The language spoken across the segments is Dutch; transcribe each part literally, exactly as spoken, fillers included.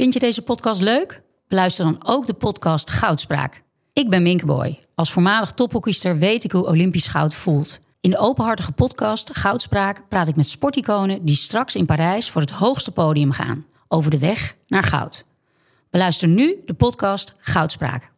Vind je deze podcast leuk? Beluister dan ook de podcast Goudspraak. Ik ben Minke Boy. Als voormalig tophockeyster weet ik hoe Olympisch goud voelt. In de openhartige podcast Goudspraak praat ik met sporticonen die straks in Parijs voor het hoogste podium gaan. Over de weg naar goud. Beluister nu de podcast Goudspraak.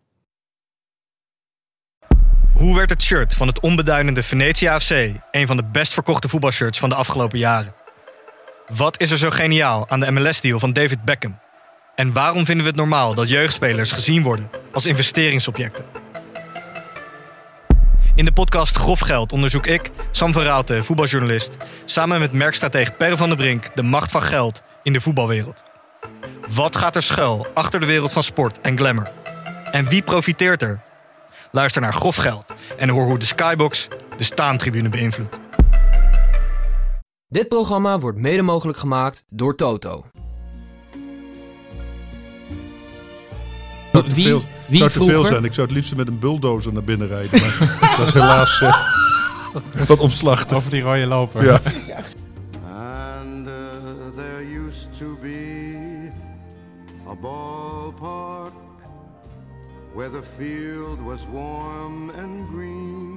Hoe werd het shirt van het onbeduidende Venetia F C een van de best verkochte voetbalshirts van de afgelopen jaren? Wat is er zo geniaal aan de M L S-deal van David Beckham? En waarom vinden we het normaal dat jeugdspelers gezien worden als investeringsobjecten? In de podcast Grof Geld onderzoek ik, Sam van Raalte, voetbaljournalist, samen met merkstratege Per van der Brink de macht van geld in de voetbalwereld. Wat gaat er schuil achter de wereld van sport en glamour? En wie profiteert er? Luister naar Grof Geld en hoor hoe de Skybox de staantribune beïnvloedt. Dit programma wordt mede mogelijk gemaakt door Toto. Zou te Wie, veel, wie zou te veel vroeger? zijn. Ik zou het liefst met een bulldozer naar binnen rijden. Maar dat is helaas uh, wat omslachtig. Over die rode loper. Ja. And uh, there used to be a ballpark where the field was warm and green,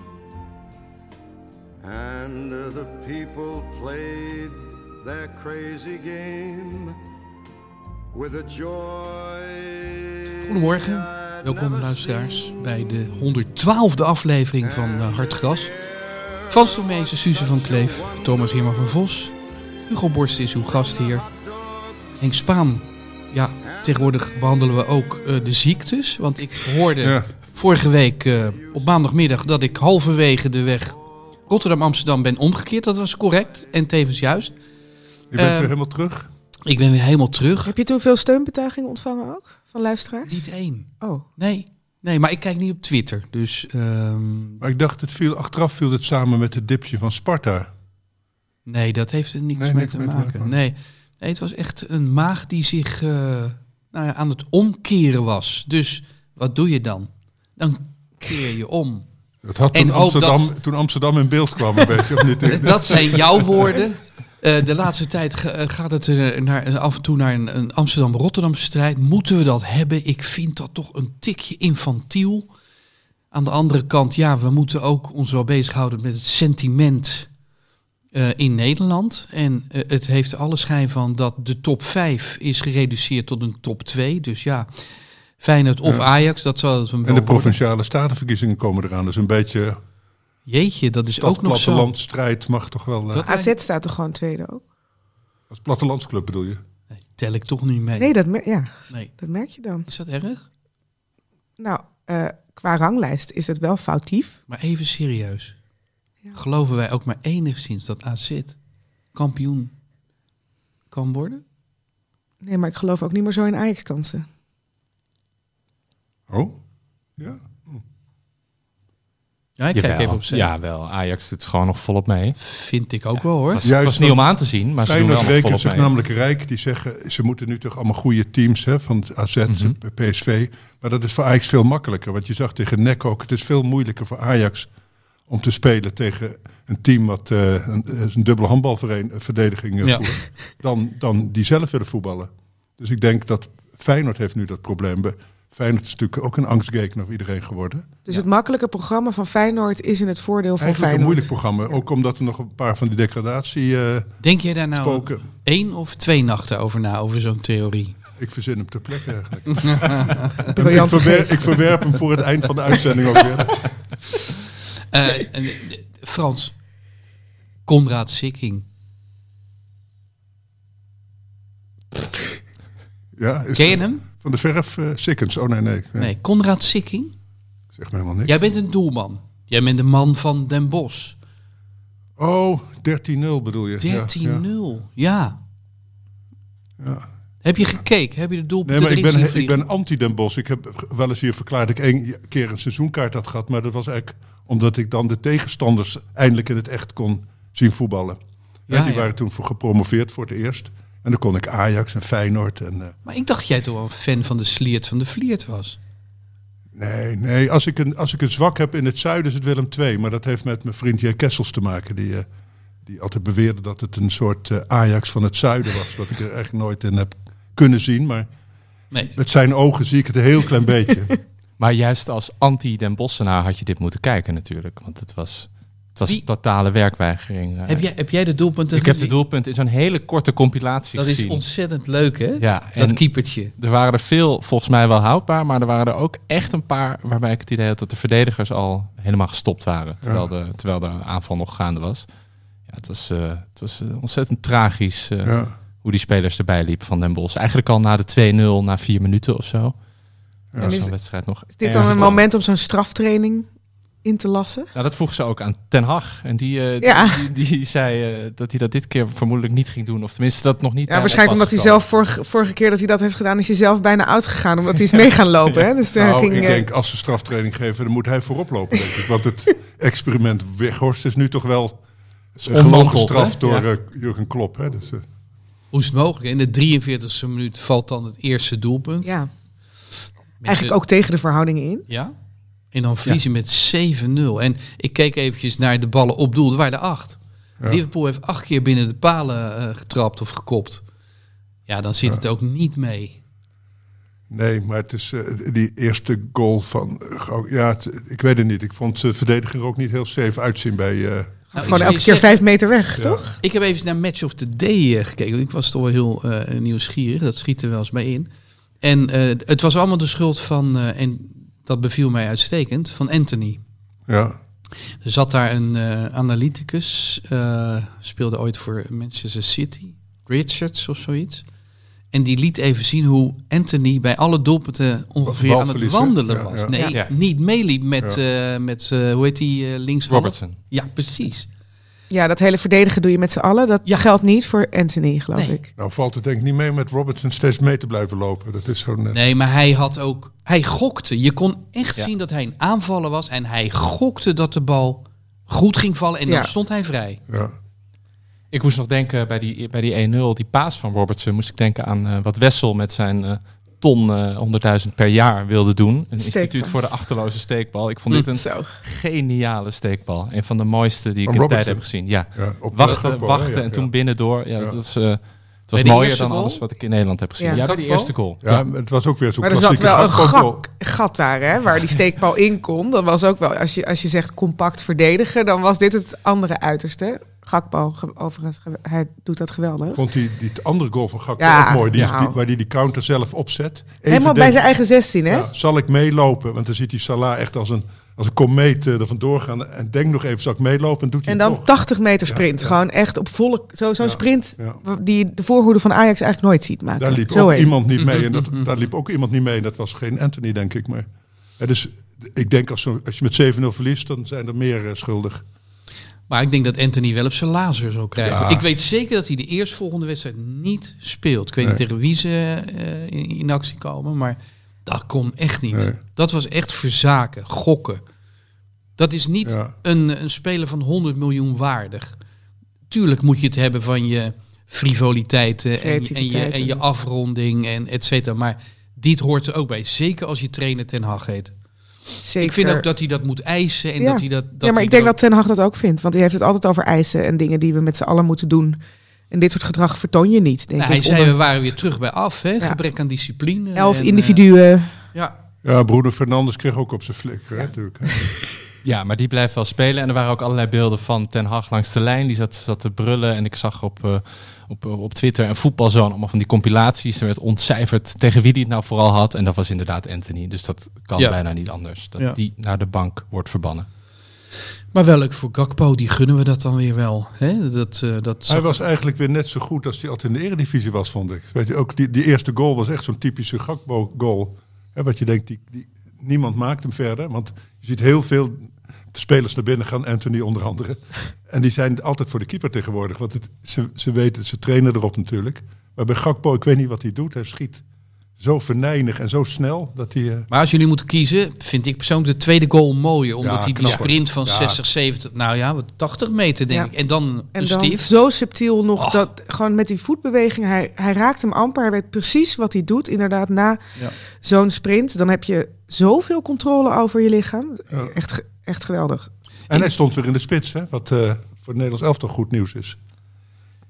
and uh, the people played their crazy game with a joy. Goedemorgen, welkom luisteraars bij de honderdtwaalfde aflevering van uh, Hartgras. Frans Tomezen, Suze van Kleef, Thomas Herman van Vos, Hugo Borst is uw gastheer. Henk Spaan, ja, tegenwoordig behandelen we ook uh, de ziektes. Want ik hoorde Ja. vorige week uh, op maandagmiddag dat ik halverwege de weg Rotterdam-Amsterdam ben omgekeerd. Dat was correct en tevens juist. Je bent Uh, weer helemaal terug. Ik ben weer helemaal terug. Heb je toen veel steunbetuigingen ontvangen ook? Van luisteraars? Niet één. Oh. Nee, nee, maar ik kijk niet op Twitter. Dus ehm, Maar ik dacht, het viel, achteraf viel het samen met het dipje van Sparta. nee, dat heeft er niks Nee, mee niks te mee te maken. maken. Nee. nee, het was echt een maag die zich uh, nou ja, aan het omkeren was. Dus wat doe je dan? Dan keer je om. Dat had En toen ook Amsterdam, dat- toen Amsterdam in beeld kwam een beetje. Of niet? Dat zijn jouw woorden. Uh, de laatste tijd ga- uh, gaat het uh, naar, uh, af en toe naar een, een Amsterdam-Rotterdam strijd. Moeten we dat hebben? Ik vind dat toch een tikje infantiel. Aan de andere kant, ja, we moeten ook ons wel bezighouden met het sentiment uh, in Nederland. En uh, het heeft alle schijn van dat de top vijf is gereduceerd tot een top twee. Dus ja, Feyenoord of Ja. Ajax, dat zal het wel En de worden. provinciale statenverkiezingen komen eraan. Dus een beetje Jeetje, dat is ook nog zo. plattelandstrijd mag toch wel... Uh, Dat- A Z staat toch gewoon tweede ook? als plattelandsclub bedoel je? Nee, tel ik toch niet mee. Nee, dat, mer- ja, Nee. dat merk je dan. Is dat erg? Nou, uh, qua ranglijst is het wel foutief. Maar even serieus. Ja. Geloven wij ook maar enigszins dat A Z kampioen kan worden? Nee, maar ik geloof ook niet meer zo in Ajax-kansen. Oh? Ja. Ja, ik Jawel, kijk even op zee. Ja, wel. Ajax doet gewoon nog volop mee. Vind ik ook wel hoor. Het was, Juist, het was niet want om aan te zien, maar ze doen Feyenoord wel nog rekent volop zich mee. namelijk rijk. Die zeggen, ze moeten nu toch allemaal goede teams hè, van A Z, Mhm. P S V. Maar dat is voor Ajax veel makkelijker. Want je zag tegen N E C ook, het is veel moeilijker voor Ajax om te spelen tegen een team wat uh, een, een dubbele handbalverdediging uh, Ja. voert. Dan, dan die zelf willen voetballen. Dus ik denk dat Feyenoord heeft nu dat probleem. Be- Feyenoord is natuurlijk ook een angstgeken voor iedereen geworden. Dus het makkelijke programma van Feyenoord is in het voordeel van Eigenlijk een Feyenoord. moeilijk programma. Ook omdat er nog een paar van die degradatie uh, Denk jij daar nou spoken. één of twee nachten over na, over zo'n theorie? Ik verzin hem ter plekke eigenlijk. ik, Briljante verwer- geest. ik verwerp hem voor het eind van de uitzending ook weer. Uh, en, uh, Frans. Konrad Sikking. Ja, is Ken je hem? Van de verf uh, Sikkens. Oh nee, nee. nee. Nee, Konrad Sikking. Zeg me helemaal niks. Jij bent een doelman. Jij bent de man van Den Bosch. Oh, dertien nul bedoel je? dertien nul. Ja. Ja. Ja. Heb je gekeken? Heb je de Nee, doelpunten maar ik erin zien ben, ik vliegen? ben anti-Den Bosch. Ik heb wel eens hier verklaard dat ik één keer een seizoenkaart had gehad. Maar dat was eigenlijk omdat ik dan de tegenstanders eindelijk in het echt kon zien voetballen. Ja, Ja, die ja. waren toen voor gepromoveerd voor het eerst. En dan kon ik Ajax en Feyenoord. En, uh, Maar ik dacht jij toch wel een fan van de Sliert van de Vliert was. nee, nee als, ik een, als ik een zwak heb in het zuiden is het Willem twee. Maar dat heeft met mijn vriend J. Kessels te maken. Die, uh, die altijd beweerde dat het een soort uh, Ajax van het zuiden was. Wat ik er echt nooit in heb kunnen zien. Maar Nee. met zijn ogen zie ik het een heel klein beetje. Maar juist als anti-Den Bossenaar had je dit moeten kijken natuurlijk. Want het was, het was Wie- totale werkweigering. Heb jij, heb jij de doelpunten Ik heb de gezien? doelpunt in zo'n hele korte compilatie Dat is gezien. ontzettend leuk, hè? Ja, Dat en keepertje. er waren er veel volgens mij wel houdbaar, maar er waren er ook echt een paar waarbij ik het idee had dat de verdedigers al helemaal gestopt waren. Terwijl, de, terwijl de aanval nog gaande was. Ja, het was, uh, het was uh, ontzettend tragisch uh, Ja. hoe die spelers erbij liepen van Den Bosch. Eigenlijk al na de twee nul, na vier minuten of zo. Ja. Was is- zo'n wedstrijd nog Is dit erg dan een lang. moment om zo'n straftraining in te lassen? Nou, dat vroeg ze ook aan Ten Hag. En die, uh, die, Ja. die, die, die zei uh, dat hij dat dit keer vermoedelijk niet ging doen. Of tenminste dat nog niet. Ja, bij hem waarschijnlijk op omdat was hij gekomen. zelf vorige, vorige keer dat hij dat heeft gedaan, is hij zelf bijna uitgegaan. Omdat hij is mee gaan lopen. Hè? Dus daar Nou, ging, ik eh, denk als ze straftraining geven, dan moet hij voorop lopen, denk ik. Want het experiment Weghorst is nu toch wel Is uh, gewoon ontmanteld, gestraft hè? door Ja. uh, Jurgen Klopp. Hè? Dus, uh, Hoe is het mogelijk? In de drieënveertigste minuut valt dan het eerste doelpunt. ja, Met eigenlijk de- ook tegen de verhoudingen in. Ja. En dan verliezen met zeven nul. En ik keek eventjes naar de ballen op doel. Er waren er acht. Ja. Liverpool heeft acht keer binnen de palen uh, getrapt of gekopt. Ja, dan zit Ja. het ook niet mee. nee, maar het is uh, die eerste goal van... Uh, Gau- ja, het- ik weet het niet. Ik vond de verdediger ook niet heel safe uitzien bij... Uh, Nou, Gewoon ik zou elke je keer zeggen, vijf meter weg, Ja. toch? Ik heb even naar Match of the Day uh, gekeken. Want ik was toch wel heel uh, nieuwsgierig. Dat schiet er wel eens mee in. En uh, het was allemaal de schuld van... Uh, en dat beviel mij uitstekend. Van Anthony. ja. Er zat daar een uh, analyticus, uh, speelde ooit voor Manchester City, Richards of zoiets. En die liet even zien hoe Anthony bij alle doelpunten ongeveer aan het Balverlies, hè? wandelen Ja, was. ja. Nee, Ja. niet meeliep met, Ja. uh, met uh, hoe heet die, uh, links Robertson. Ja, precies. Ja, dat hele verdedigen doe je met z'n allen. Dat Ja. geldt niet voor Anthony, geloof Nee. ik. Nou valt het denk ik niet mee met Robertson steeds mee te blijven lopen. Dat is zo'n... Uh, Nee, maar hij had ook, hij gokte. Je kon echt Ja. zien dat hij een aanvaller was en hij gokte dat de bal goed ging vallen en Ja. dan stond hij vrij. ja. Ik moest nog denken bij die, bij die één nul, die paas van Robertson, moest ik denken aan uh, wat Wessel met zijn uh, ton uh, honderdduizend per jaar wilde doen. Een Steekpaas. instituut voor de achterloze steekbal. Ik vond dit een Zo. geniale steekbal. Een van de mooiste die ik Van in de Robertson. tijd heb gezien. Ja, Ja, op de wachten, Gakpo, hè? wachten Ja, en toen ja. binnendoor. Ja, Ja. dat was, uh, het was de mooier eerste dan goal? alles wat ik in Nederland heb gezien. Ja. Ja, bij die Gakpo? eerste goal. Ja, het was ook weer zo'n Maar er zat klassieke wel een Gakpo-goal. gak, gat daar, hè, waar die steekbal in kon. Dat was ook wel, als je, als je zegt compact verdedigen, dan was dit het andere uiterste. Gakpo, ge- overigens, ge- hij doet dat geweldig. Vond die, die andere goal van Gakpo Ja, ook mooi. Die, nou. die, waar hij die counter zelf opzet. Even Helemaal bij denken, zijn eigen zestien, hè? ja, zal ik meelopen? Want dan ziet hij Salah echt als een, als een komeet uh, er vandoor gaan. En denk nog even, zal ik meelopen? En doet hij En het dan toch. tachtig meter sprint. Ja, ja. Gewoon echt op volle... Zo, zo'n Ja, sprint ja. die de voorhoede van Ajax eigenlijk nooit ziet maken. Daar liep Zo ook heen. iemand niet mee. En dat, daar liep ook iemand niet mee. En dat was geen Anthony, denk ik. Maar, ja, dus ik denk als, zo, als je met zeven nul verliest, dan zijn er meer uh, schuldig. Maar ik denk dat Anthony wel op zijn lazer zou krijgen. Ja. Ik weet zeker dat hij de eerstvolgende wedstrijd niet speelt. Ik weet Nee. niet tegen wie ze uh, in, in actie komen, maar dat kon echt niet. Nee. Dat was echt verzaken, gokken. Dat is niet Ja. een, een speler van honderd miljoen waardig. Tuurlijk moet je het hebben van je frivoliteiten en, je- en, je, Creativiteit en je en- afronding en et cetera. Maar dit hoort er ook bij. Zeker als je trainer Ten Hag heet. Zeker. Ik vind ook dat hij dat moet eisen. En Ja. dat hij dat, dat ja, maar hij ik denk er dat Ten Hag dat ook vindt. Want hij heeft het altijd over eisen en dingen die we met z'n allen moeten doen. En dit soort gedrag vertoon je niet, denk Nou, hij ik. zei, onder we waren weer terug bij af. Hè? Ja. Gebrek aan discipline. elf en, individuen. eh, ja. Ja, Bruno Fernandes kreeg ook op zijn flikker. Hè, natuurlijk, hè. Ja, maar die blijft wel spelen. En er waren ook allerlei beelden van Ten Hag langs de lijn. Die zat, zat te brullen. En ik zag op, uh, op, op Twitter en Voetbalzone allemaal van die compilaties. Er werd ontcijferd tegen wie die het nou vooral had. En dat was inderdaad Anthony. Dus dat kan Ja. bijna niet anders. Dat Ja. die naar de bank wordt verbannen. Maar wel leuk voor Gakpo. Die gunnen we dat dan weer wel. Hè? Dat, uh, dat Hij zag- was eigenlijk weer net zo goed als hij altijd in de Eredivisie was, vond ik. Weet je, ook die, die eerste goal was echt zo'n typische Gakpo-goal. Hè, wat je denkt, die, die, niemand maakt hem verder. Want je ziet heel veel spelers naar binnen gaan, Anthony onder andere. En die zijn altijd voor de keeper tegenwoordig. Want het, ze, ze weten, ze trainen erop natuurlijk. Maar bij Gakpo, ik weet niet wat hij doet. Hij schiet zo venijnig en zo snel dat hij... Uh, Maar als jullie moeten kiezen, vind ik persoonlijk de tweede goal mooier. Omdat Ja, hij die knapper. sprint van Ja. zestig, zeventig, nou ja, wat tachtig meter denk Ja. ik. En dan En een dan stift. zo subtiel nog, Och. dat gewoon met die voetbeweging, hij, hij raakt hem amper. Hij weet precies wat hij doet, inderdaad, na Ja. zo'n sprint. Dan heb je zoveel controle over je lichaam. Ja. Echt, ge- echt geweldig. en hij stond weer in de spits, hè, wat uh, voor het Nederlands elftal goed nieuws is.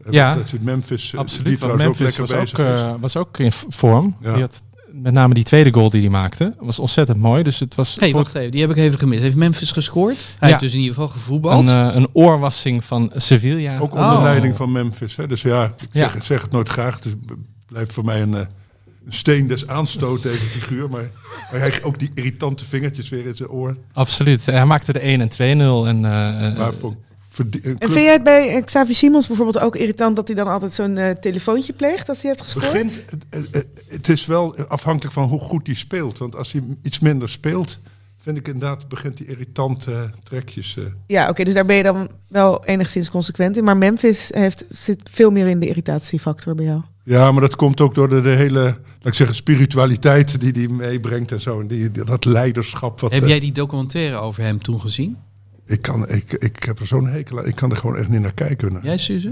Ja, dat je Memphis, uh, absoluut. die Want trouwens Memphis ook was lekker ook, bezig is. uh, was ook in vorm. Ja. Die had met name die tweede goal die hij maakte. Was ontzettend mooi. Dus het was Hey, voor wacht even, die heb ik even gemist. Heeft Memphis gescoord? Hij Ja. heeft dus in ieder geval gevoetbald. een, uh, een oorwassing van Sevilla. Ook onder Oh. leiding van Memphis. Hè. Dus ja, ik Ja. zeg, zeg het nooit graag. Dus het blijft voor mij een, uh, een steen des aanstoot, deze figuur. Maar, maar hij ook die irritante vingertjes weer in zijn oor. Absoluut. Hij maakte de één en twee nul. En, uh, Maar voor, voor die, een En club vind jij het bij eh, Xavi Simons bijvoorbeeld ook irritant dat hij dan altijd zo'n uh, telefoontje pleegt als hij heeft gescoord? begint, het, het, het is wel afhankelijk van hoe goed hij speelt. Want als hij iets minder speelt, vind ik inderdaad, begint die irritante uh, trekjes. Uh. Ja, oké, okay, dus daar ben je dan wel enigszins consequent in. Maar Memphis heeft, zit veel meer in de irritatiefactor bij jou. Ja, maar dat komt ook door de, de hele, laat ik zeggen, spiritualiteit die hij meebrengt en zo. En die, dat leiderschap. Wat, Heb uh, jij die documentaire over hem toen gezien? ik, kan, ik, ik heb er zo'n hekel aan. Ik kan er gewoon echt niet naar kijken. Jij, Suze?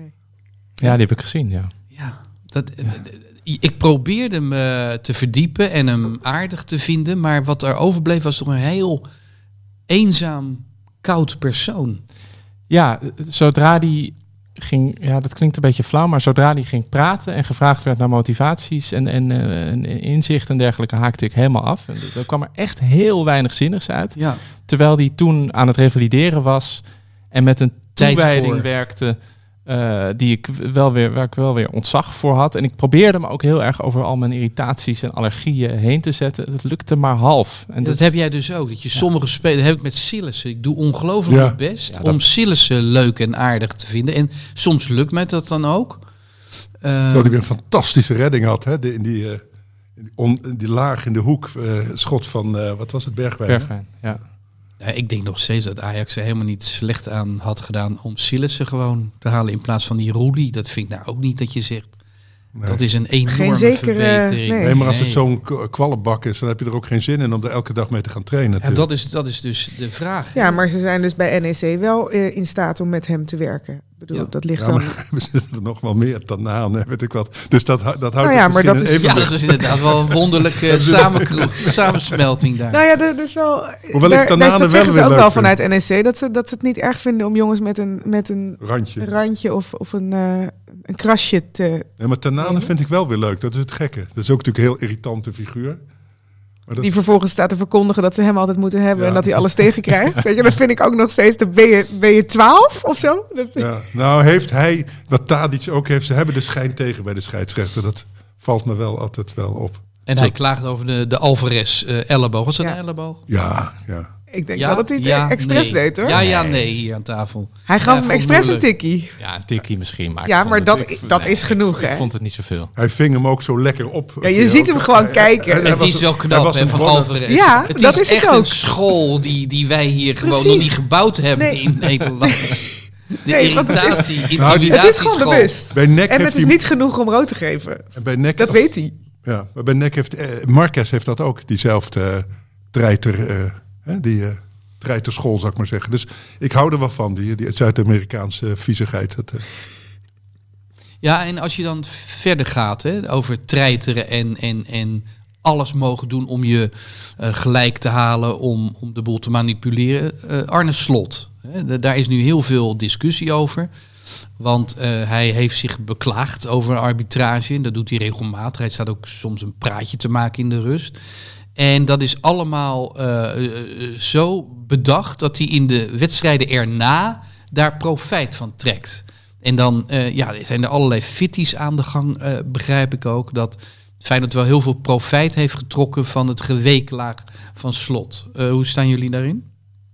ja, die heb ik gezien, ja. Ja. Dat, eh, ik probeerde me te verdiepen en hem aardig te vinden. Maar wat er overbleef was toch een heel eenzaam, koud persoon. Ja, zodra die ging, ja, dat klinkt een beetje flauw, maar zodra die ging praten en gevraagd werd naar motivaties en, en, uh, en inzicht en dergelijke, haakte ik helemaal af. En er kwam er echt heel weinig zinnigs uit. Ja. Terwijl die toen aan het revalideren was en met een Tijd toewijding voor. werkte, uh, die ik wel weer, waar ik wel weer ontzag voor had. En ik probeerde me ook heel erg over al mijn irritaties en allergieën heen te zetten. Dat lukte maar half. En Dat heb jij dus ook. Dat je sommige spelen, dat heb ik met Sillissen. Ik doe ongelooflijk Ja. mijn best Ja, dat- om Sillissen leuk en aardig te vinden. En soms lukt mij dat dan ook. Uh, Terwijl hij weer een fantastische redding had. Hè? De, in, die, uh, in, die on, in die laag in de hoek. Uh, schot van, uh, wat was het, Bergwijn? hè? Bergwijn, ja. ja, ik denk nog steeds dat Ajax er helemaal niet slecht aan had gedaan om Sillissen gewoon te halen in plaats van die Roelie. Dat vind ik nou ook niet dat je zegt. Nee. Dat is een enorme Geen zekere- verbetering. nee. Nee, maar als het Nee. zo'n k- kwallenbak is, dan heb je er ook geen zin in om er elke dag mee te gaan trainen. Ja, natuurlijk. dat, is, dat is dus de vraag. Ja, maar ze zijn dus bij N E C wel uh, in staat om met hem te werken. Ik bedoel, Ja. dat ligt Ja, dan... maar we zitten er nog wel meer Tanaan, hè, weet ik wat. Dus dat, hou- dat houdt Nou ja, het maar misschien dat in is- Ja, evenwicht. dat is inderdaad wel een wonderlijke samenkroeg, samensmelting daar. Nou ja, dat is wel... Hoewel ik daar, Tanane daar, wel dat zeggen ze weer ook leuk wel vind. vanuit N E C. Dat ze, dat ze het niet erg vinden om jongens met een, met een Randje. randje of, of een, uh, een krasje te... Nee, maar Tanane Nee. vind ik wel weer leuk. Dat is het gekke. Dat is ook natuurlijk een heel irritante figuur. Maar dat, Die vervolgens staat te verkondigen dat ze hem altijd moeten hebben Ja. en dat hij alles tegenkrijgt. Weet je, dat vind ik ook nog steeds. Dan ben je, ben je twaalf of zo? Dat, ja. Nou heeft hij, wat Tadic ook heeft, ze hebben de schijn tegen bij de scheidsrechter. Dat valt me wel altijd wel op. En hij klaagt over de, de Alvarez uh, elleboog. Was dat Ja. een elleboog? Ja, ja. Ik denk Ja? wel dat hij het Ja, expres nee. deed, hoor. Ja, ja, nee, hier aan tafel. Hij gaf Ja, hem vond expres een moeilijk. tikkie. Ja, een tikkie misschien. Maar ik Ja, vond maar het- dat, ik- dat nee, is genoeg, Ik hè? vond het niet zoveel. Hij ving hem ook zo lekker op. Ja, je ziet hem gewoon kijken. hij Het was- is wel hij knap, was hè, een van bronnen. Alvarez. Ja, het dat is is het echt ook. een school die, die wij hier gewoon Precies. nog niet gebouwd hebben Nee. in Nederland. De Nee, want het is- irritatie, Nou, die- intimidatieschool. Het is gewoon bewust. Bij N E C En heeft het is hij- niet genoeg om rood te geven. en bij N E C Dat weet hij. Ja, maar bij N E C heeft... Eh, Marquez heeft dat ook, diezelfde uh, treiter... Uh, hè, die uh, treiterschool, zou ik maar zeggen. Dus ik hou er wel van, die, die Zuid-Amerikaanse uh, viezigheid. Dat, uh, Ja, en als je dan verder gaat hè, over treiteren en, en, en alles mogen doen om je uh, gelijk te halen, om, om de boel te manipuleren. Uh, Arne Slot, hè, d- daar is nu heel veel discussie over. Want uh, hij heeft zich beklaagd over arbitrage. En dat doet hij regelmatig. Hij staat ook soms een praatje te maken in de rust. En dat is allemaal uh, uh, zo bedacht dat hij in de wedstrijden erna daar profijt van trekt. En dan uh, ja, er zijn er allerlei fitties aan de gang, uh, begrijp ik ook. Dat Feyenoord wel heel veel profijt heeft getrokken van het geweeklaag van Slot. Uh, hoe staan jullie daarin?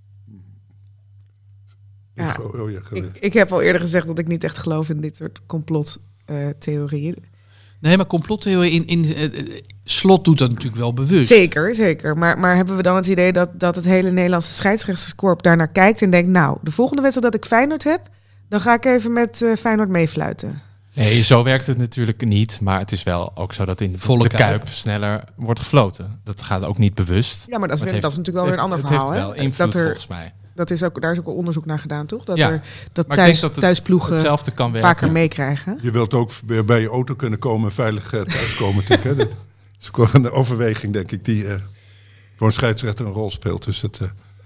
Ja, oh, oh, ja, Ik, ik heb al eerder gezegd dat ik niet echt geloof in dit soort complottheorieën. Nee, maar complottheorie in, in uh, Slot doet dat natuurlijk wel bewust. Zeker, zeker. Maar, maar hebben we dan het idee dat, dat het hele Nederlandse scheidsrechterskorps daarnaar kijkt en denkt, nou, de volgende wedstrijd dat ik Feyenoord heb, dan ga ik even met uh, Feyenoord meefluiten. Nee, zo werkt het natuurlijk niet. Maar het is wel ook zo dat in de, Volle de Kuip. Kuip sneller wordt gefloten. Dat gaat ook niet bewust. Ja, maar dat is, Maar weer, het dat is natuurlijk wel weer een ander het verhaal. heeft hè? wel invloed dat er, volgens mij. dat is ook, daar is ook onderzoek naar gedaan, toch? Dat, Ja, er, dat Maar thuis, ik denk dat het thuisploegen hetzelfde kan werken. vaker meekrijgen. Je wilt ook weer bij je auto kunnen komen en veilig uh, thuiskomen. natuurlijk, hè. Dat is ook wel een overweging, denk ik, die uh, voor een scheidsrechter een rol speelt. Dus het, uh,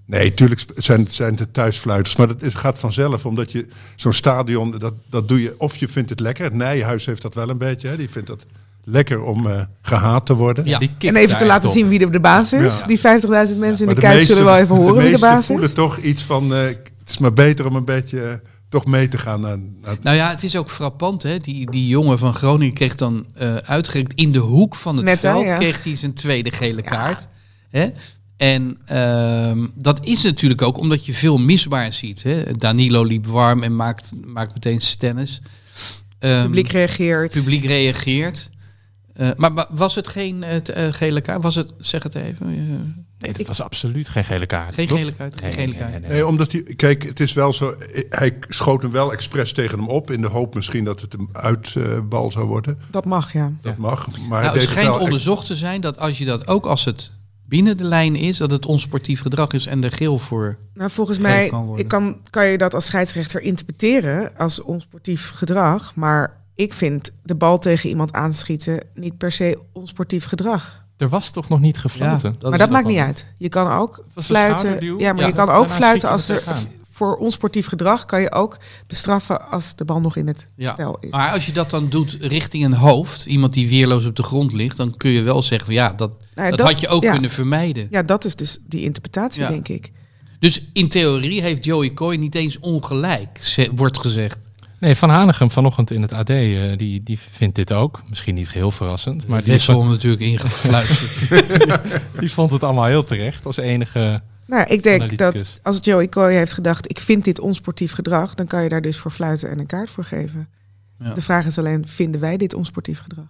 Nee, tuurlijk zijn, zijn het thuisfluiters. Maar dat is, gaat vanzelf, omdat je zo'n stadion, dat, dat doe je, of je vindt het lekker. Het Nijhuis heeft dat wel een beetje. Hè. Die vindt dat lekker om uh, gehaat te worden. Ja. Die kikt En even daar te echt laten op. zien wie de baas is. Ja. Die vijftigduizend mensen Maar in de, Kuip zullen wel even horen de wie de baas meesten voelen is. toch iets van, uh, het is maar beter om een beetje uh, toch mee te gaan. Naar, naar Nou ja, het is ook frappant, hè. Die, die jongen van Groningen kreeg dan uh, uitgerekend in de hoek van het Net, hè, veld, ja. kreeg hij zijn tweede gele kaart. Hè? En uh, dat is natuurlijk ook omdat je veel misbaar ziet. Hè? Danilo liep warm en maakt, maakt meteen stennis. Um, Het publiek reageert. publiek reageert. Uh, maar, maar was het geen uh, t- uh, gele kaart? Was het, zeg het even. Uh, Nee, dat was absoluut geen gele kaart. geen Toch? gele kaart? Geen Nee, gele nee, kaart. nee, nee. Nee, omdat hij, kijk, het is wel zo, hij schoot hem wel expres tegen hem op, in de hoop misschien dat het een uitbal uh, zou worden. Dat mag, ja. Dat Ja. mag. Maar hij Nou, deed het het schijnt wel onderzocht te zijn dat als je dat ook als het binnen de lijn is, dat het onsportief gedrag is en er geel voor. Nou, volgens Geel mij kan worden. ik kan, kan je dat als scheidsrechter interpreteren als onsportief gedrag. Maar ik vind de bal tegen iemand aanschieten niet per se onsportief gedrag. Er was toch nog niet gefloten? dat maar dat maakt niet uit. Je kan ook was een fluiten. schouderduw. Ja, maar Ja, je kan ook daarna fluiten schiet als je er er tegenaan. voor onsportief gedrag kan je ook bestraffen als de bal nog in het Ja. spel is. Maar als je dat dan doet richting een hoofd, iemand die weerloos op de grond ligt, dan kun je wel zeggen, van, ja, dat, Nou, dat, dat- had je ook ja. kunnen vermijden. Ja, dat is dus die interpretatie, Ja. denk ik. Dus in theorie heeft Joey Coy niet eens ongelijk, ze- wordt gezegd. Nee, Van Hanegem vanochtend in het A D, uh, die, die vindt dit ook. Misschien niet heel verrassend. Maar Maar die, Wessel hem natuurlijk ingefluisterd. die vond het allemaal heel terecht als enige... Nou, ik denk Analyticus. dat als Joey Coy heeft gedacht, ik vind dit onsportief gedrag, dan kan je daar dus voor fluiten en een kaart voor geven. Ja. De vraag is alleen, vinden wij dit onsportief gedrag?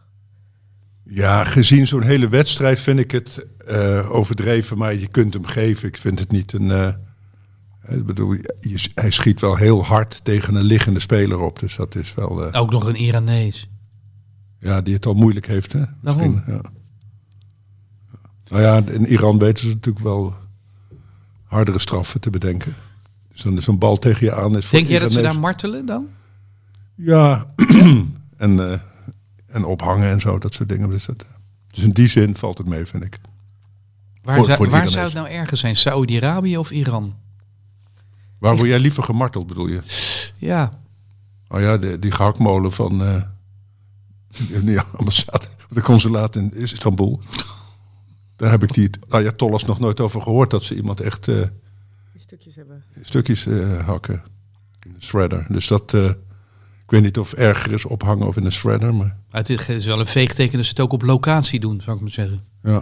Ja, gezien zo'n hele wedstrijd vind ik het uh, overdreven, maar je kunt hem geven. Ik vind het niet een... Uh, ik bedoel, je, hij schiet wel heel hard tegen een liggende speler op, dus dat is wel... Uh, Ook nog een Iranees. ja, die het al moeilijk heeft, hè? Waarom? Misschien, ja. Nou ja, in Iran weten ze natuurlijk wel hardere straffen te bedenken. Dus dan is een bal tegen je aan. Is voor Denk jij dat ze Iranees- daar martelen dan? Ja, en, uh, en ophangen en zo, dat soort dingen. Dus, dat, dus in die zin valt het mee, vind ik. Waar, Voor- zou, voor de waar Iranees. zou het nou erger zijn? Saoedi-Arabië of Iran? Waar word jij liever gemarteld, bedoel je? Ja. Oh ja, de, die gehaktmolen van uh, de ambassade, de consulaat in Istanbul. Daar heb ik die Ayatollahs nog nooit over gehoord, dat ze iemand echt uh, Die stukjes hebben. stukjes uh, hakken. In een shredder. Dus dat, uh, ik weet niet of erger is ophangen of in een shredder, maar Maar het is wel een veegteken dat ze het ook op locatie doen, zou ik maar zeggen. ja.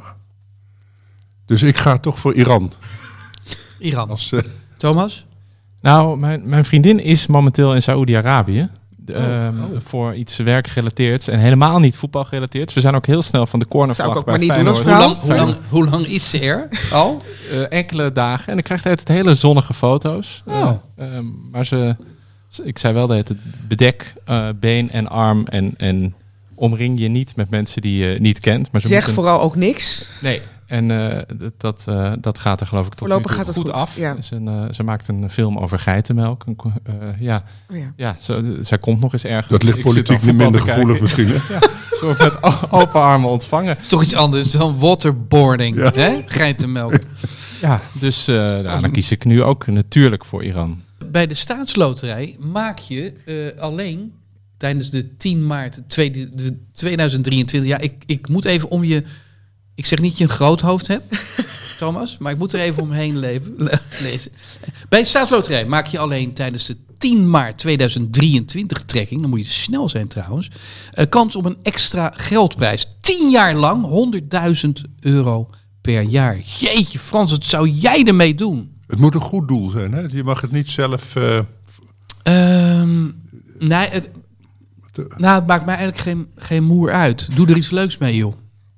Dus ik ga toch voor Iran. Iran. Als, uh, Thomas? Nou, mijn, mijn vriendin is momenteel in Saoedi-Arabië. De, Oh, ehm, oh. Voor iets werkgerelateerd en helemaal niet voetbalgerelateerd. We zijn ook heel snel van de Zou ik cornervlag ook bij maar niet doen als Feyenoord. Hoe lang, hoe, lang, hoe lang is ze er al? Uh, enkele dagen. En dan krijgt hij het hele zonnige foto's. Oh. Uh, um, maar ze, ze- ik zei wel dat het bedek, uh, been en arm en, en omring je niet met mensen die je niet kent. Maar ze Zeg moeten- vooral ook niks. Nee. En uh, dat, dat, uh, dat gaat er geloof ik tot Voorlopig nu toe gaat het goed, goed, af. ja. Ze, uh, ze maakt een film over geitenmelk. Een, uh, ja, Oh ja. ja zo, zij komt nog eens ergens. dat ligt Ik zit politiek dan niet minder voetbal te gevoelig kijken. misschien. Hè? Ja, ze wordt met o- open armen ontvangen. is toch iets anders dan waterboarding, Ja. hè? Geitenmelk. Ja, dus uh, nou, dan kies ik nu ook natuurlijk voor Iran. Bij de staatsloterij maak je uh, alleen tijdens de tien maart tweeduizend drieëntwintig... Ja, ik, ik moet even om je... Ik zeg niet dat je een groot hoofd hebt, Thomas, maar ik moet er even omheen leven, le- lezen. Bij de staatsloterij maak je alleen tijdens de tien maart tweeduizend drieëntwintig trekking, dan moet je snel zijn trouwens, uh, kans op een extra geldprijs. Tien jaar lang, honderdduizend euro per jaar. Jeetje Frans, wat zou jij ermee doen? Het moet een goed doel zijn. Hè? Je mag het niet zelf... Uh, Um, nee, het, nou, het maakt mij eigenlijk geen, geen moer uit. Doe er iets leuks mee, joh.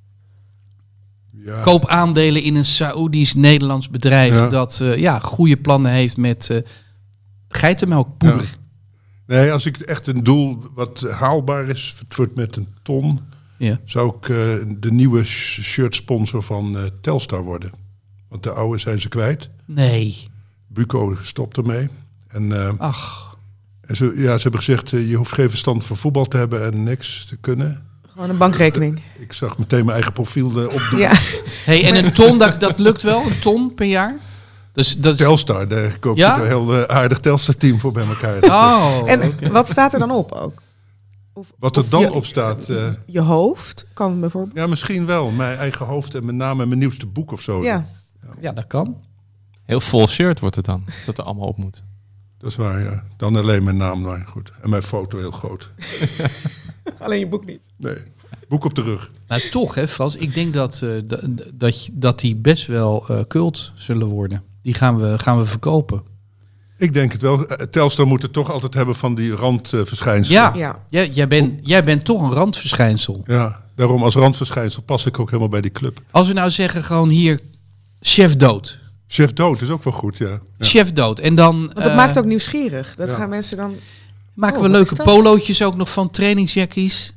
ja, Koop aandelen in een Saoedisch-Nederlands bedrijf Ja. dat uh, ja, goede plannen heeft met uh, geitenmelkpoeder. Ja. Nee, als ik echt een doel wat haalbaar is, het wordt met een ton, Ja. zou ik uh, de nieuwe sh- shirtsponsor van uh, Telstar worden. Want de oude zijn ze kwijt. Nee. Buco stopt ermee. En, uh, Ach. en ze, ja, ze hebben gezegd, uh, je hoeft geen verstand van voetbal te hebben en niks te kunnen. Gewoon een bankrekening. Ik zag meteen mijn eigen profiel uh, opdoen. Ja. Hey, en een ton, dat, dat lukt wel? Een ton per jaar? Dus, dat... Telstar, daar koopt Ja? een heel uh, aardig Telstar-team voor bij elkaar. Oh, En oké. wat staat er dan op ook? Of, Wat er of dan je, op staat... Uh, Je hoofd kan bijvoorbeeld. ja, misschien wel. Mijn eigen hoofd en met name mijn nieuwste boek of zo. Ja. Ja, dat kan. Heel vol shirt wordt het dan. Als dat er allemaal op moet. Dat is waar, ja. Dan alleen mijn naam, maar goed. En mijn foto heel groot. Alleen je boek niet. Nee, boek op de rug. Maar toch, hè, Frans, ik denk dat, uh, dat, dat, dat die best wel uh, cult zullen worden. Die gaan we, gaan we verkopen. Ik denk het wel. Telstar moet het toch altijd hebben van die randverschijnselen. Ja, Ja. Jij, jij, bent, jij bent toch een randverschijnsel. Ja, daarom als randverschijnsel pas ik ook helemaal bij die club. Als we nou zeggen gewoon hier, chef dood. Chef dood is ook wel goed, ja. ja. Chef dood. En dan Want dat uh, maakt ook nieuwsgierig. Dat ja. gaan mensen dan... maken Oh, we wat leuke is dat? polootjes ook nog van trainingsjackies.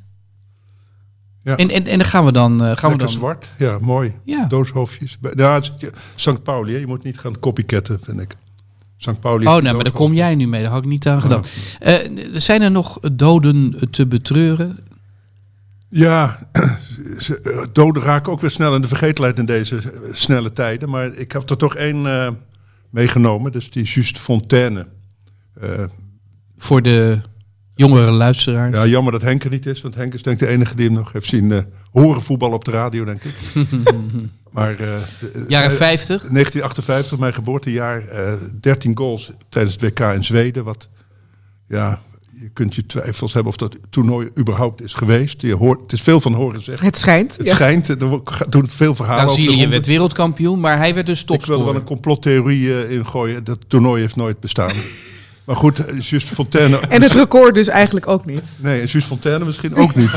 Ja. En, en, en dan gaan we dan... Uh, gaan we Lekker dan zwart, ja, mooi. Ja. Dooshoofdjes. Ja, Sankt Pauli, hè. Je moet niet gaan copycatten, vind ik. Sankt Pauli. Oh, nou, maar daar kom jij nu mee. Daar had ik niet aan gedaan. Uh, zijn er nog doden te betreuren? Ja, doden raken ook weer snel in de vergetelheid in deze snelle tijden. Maar ik heb er toch één uh, meegenomen. Dus die Just Fontaine. Uh, Voor de jongere luisteraar. Ja, jammer dat Henk er niet is. Want Henk is denk ik de enige die hem nog heeft zien uh, horen voetbal op de radio, denk ik. Maar, uh, Jaren vijftig? negentien achtenvijftig, mijn geboortejaar. Uh, dertien goals tijdens het W K in Zweden. Wat, ja, je kunt je twijfels hebben of dat toernooi überhaupt is geweest. Je hoort, het is veel van horen zeggen. Het schijnt. Het ja. schijnt. Er doen veel verhalen over. Brazilië werd wereldkampioen, maar hij werd dus Ik wil er wel topscorer. een complottheorie uh, in gooien. Dat toernooi heeft nooit bestaan. Maar goed, Just Fontaine... En het record dus eigenlijk ook niet. Nee, en Just Fontaine misschien ook niet.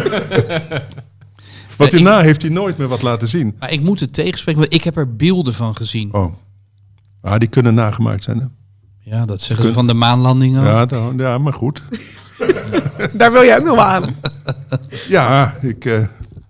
Want hierna ik... heeft hij nooit meer wat laten zien. Maar ik moet het tegenspreken, want ik heb er beelden van gezien. Oh. Ah, die kunnen nagemaakt zijn, hè? Ja, dat zeggen ze van de maanlandingen. Ja, dan, ja, maar goed. Daar wil jij ook nog wel aan. Ja, ik uh,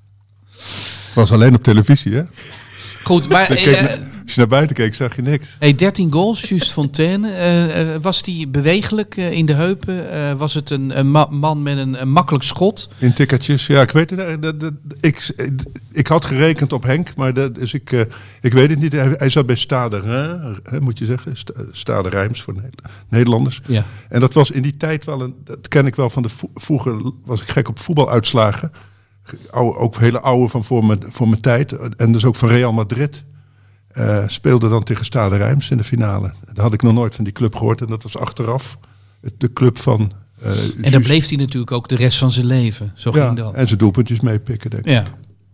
was alleen op televisie, hè? Goed, maar... Keek, uh, als je naar buiten keek, zag je niks. Hey, dertien goals, Just Fontaine. Uh, uh, was die bewegelijk uh, in de heupen? Uh, was het een, een ma- man met een, een makkelijk schot? In tikkertjes, ja, ik weet het. Dat, dat, ik, ik had gerekend op Henk, maar dat, dus ik, uh, ik weet het niet. Hij, hij zat bij Stade Reims, moet je zeggen. Stade Reims voor Nederlanders. Ja. En dat was in die tijd wel een... Dat ken ik wel van de... Vroeger was ik gek op voetbaluitslagen. Oude, ook hele oude van voor mijn, voor mijn tijd. En dus ook van Real Madrid. Uh, speelde dan tegen Stade Reims in de finale. Dat had ik nog nooit van die club gehoord. En dat was achteraf de club van... Uh, en dan bleef hij natuurlijk ook de rest van zijn leven. Zo ja, ging dat. En zijn doelpuntjes meepikken, denk ik. Ja.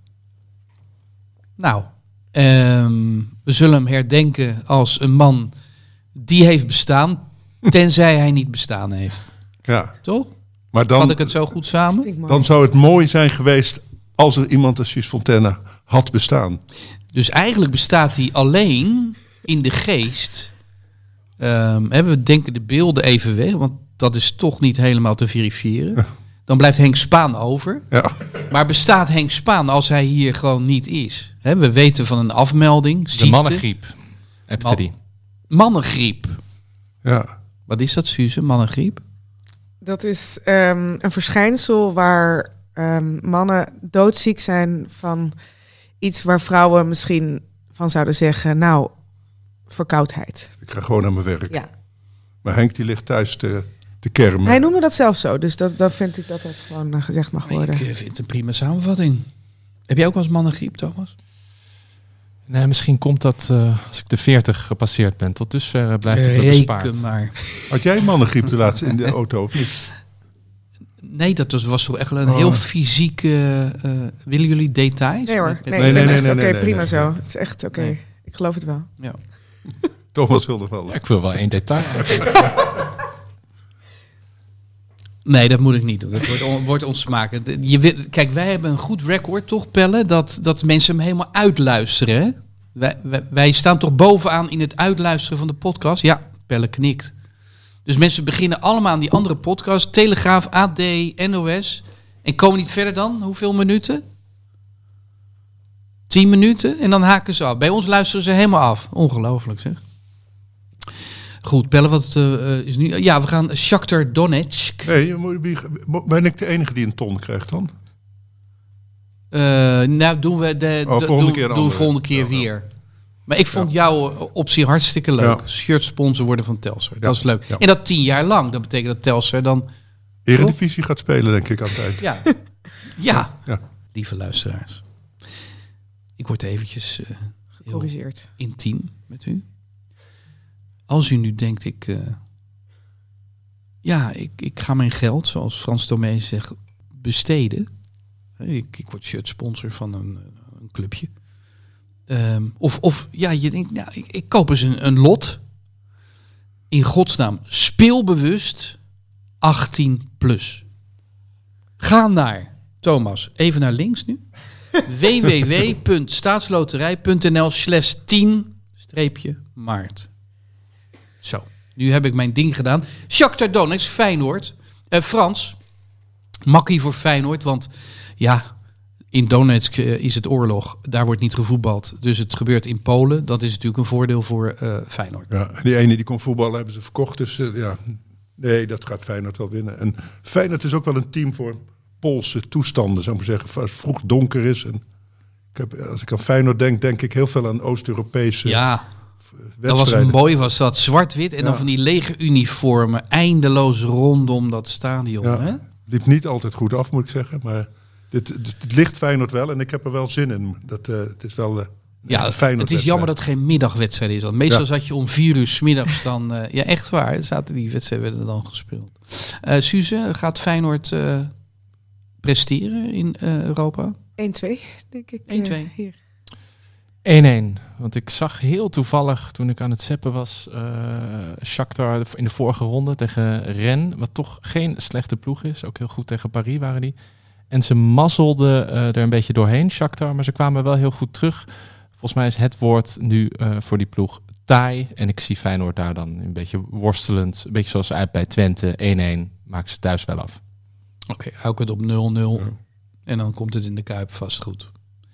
Nou, um, we zullen hem herdenken als een man die heeft bestaan. Tenzij hij niet bestaan heeft. Ja. Toch? Maar dan, had ik het zo goed samen? Dan zou het mooi zijn geweest als er iemand als Just Fontaine had bestaan. Dus eigenlijk bestaat hij alleen in de geest. Um, we denken de beelden even weg, want dat is toch niet helemaal te verifiëren. Ja. Dan blijft Henk Spaan over. Ja. Maar bestaat Henk Spaan als hij hier gewoon niet is? He, we weten van een afmelding. Ziekte. De mannengriep. Hebte die. Mannengriep. Ja. Wat is dat, Suze? Mannengriep? Dat is um, een verschijnsel waar um, mannen doodziek zijn van iets waar vrouwen misschien van zouden zeggen, nou, verkoudheid. Ik ga gewoon naar mijn werk. Ja. Maar Henk die ligt thuis te, te kermen. Hij noemde dat zelf zo, dus dat, dat vind ik dat dat gewoon uh, gezegd mag worden. Ik uh, vind het een prima samenvatting. Heb jij ook wel eens mannengriep, Thomas? Nee, misschien komt dat uh, als ik de veertig gepasseerd ben. Tot dusver uh, blijft het me Reken bespaard. maar. Had jij mannengriep de laatste in de auto of niet? Nee, dat was, was toch echt een oh. heel fysieke... Uh, willen jullie details? Nee hoor, nee, nee, nee, nee, nee, Oké, nee, nee, prima nee. zo. Het is echt oké. Okay. Nee. Ik geloof het wel. Ja. Thomas wilde wel. Ja, ik wil wel één detail. Nee, dat moet ik niet doen. Dat wordt, on, wordt ons smaken. Je wil, kijk, wij hebben een goed record, toch, Pelle? Dat, dat mensen hem helemaal uitluisteren. Hè? Wij, wij, wij staan toch bovenaan in het uitluisteren van de podcast? Ja, Pelle knikt. Dus mensen beginnen allemaal aan die andere podcast. Telegraaf, A D, N O S. En komen niet verder dan? Hoeveel minuten? Tien minuten? En dan haken ze af. Bij ons luisteren ze helemaal af. Ongelooflijk, zeg. Goed, Pelle, wat uh, is nu... Ja, we gaan Shakhtar Donetsk. Nee, ben ik de enige die een ton krijgt dan? Uh, nou, doen we de, oh, de volgende doen, keer doen we volgende keer ja, weer. Maar ik vond Ja. jouw optie hartstikke leuk. Ja. Shirt sponsor worden van Telstar. Ja. Dat is leuk. Ja. En dat tien jaar lang. Dat betekent dat Telstar dan... Eredivisie gaat spelen, denk ik altijd. Ja, ja. Ja. Lieve luisteraars. Ik word eventjes uh, heel Gecorrigeerd. intiem met u. Als u nu denkt, ik... Uh, ja, ik, ik ga mijn geld, zoals Frans Tomé zegt, besteden. Ik, ik word shirt sponsor van een, een clubje. Um, of, of ja, je denkt, nou, ik, ik koop eens een, een lot. In godsnaam, speelbewust achttien plus. Ga naar, Thomas, even naar links nu. w w w punt staatsloterij punt n l slash tien streepje maart. Zo, nu heb ik mijn ding gedaan. Shakhtar Donetsk, Feyenoord. Uh, Frans, makkie voor Feyenoord, want ja... In Donetsk uh, is het oorlog, daar wordt niet gevoetbald. Dus het gebeurt in Polen. Dat is natuurlijk een voordeel voor uh, Feyenoord. Ja, en die ene die kon voetballen hebben ze verkocht. Dus uh, ja, nee, dat gaat Feyenoord wel winnen. En Feyenoord is ook wel een team voor Poolse toestanden, zou ik maar zeggen. Als het vroeg donker is. En ik heb, als ik aan Feyenoord denk, denk ik heel veel aan Oost-Europese ja, wedstrijden. Dat was mooi, was dat. Zwart-wit en ja. dan van die lege uniformen. Eindeloos rondom dat stadion. Ja, hè? liep niet altijd goed af, moet ik zeggen. Maar... Dit, dit, dit ligt Feyenoord wel en ik heb er wel zin in. Dat, uh, het is wel uh, ja, het is jammer dat het geen middagwedstrijd is. Want meestal ja. zat je om vier uur 's middags dan... Uh, ja, echt waar. Zaten die wedstrijden werden dan gespeeld. Uh, Suze, gaat Feyenoord uh, presteren in uh, Europa? één twee, denk ik. één twee. Uh, hier. één-één. Want ik zag heel toevallig, toen ik aan het zappen was... Uh, Shakhtar in de vorige ronde tegen Rennes. Wat toch geen slechte ploeg is. Ook heel goed tegen Paris waren die. En ze mazzelden uh, er een beetje doorheen, Shakhtar. Maar ze kwamen wel heel goed terug. Volgens mij is het woord nu uh, voor die ploeg taai. En ik zie Feyenoord daar dan een beetje worstelend. Een beetje zoals uit bij Twente. één-één. Maken ze thuis wel af. Oké, okay, hou ik het op nul nul. Ja. En dan komt het in de Kuip vast goed.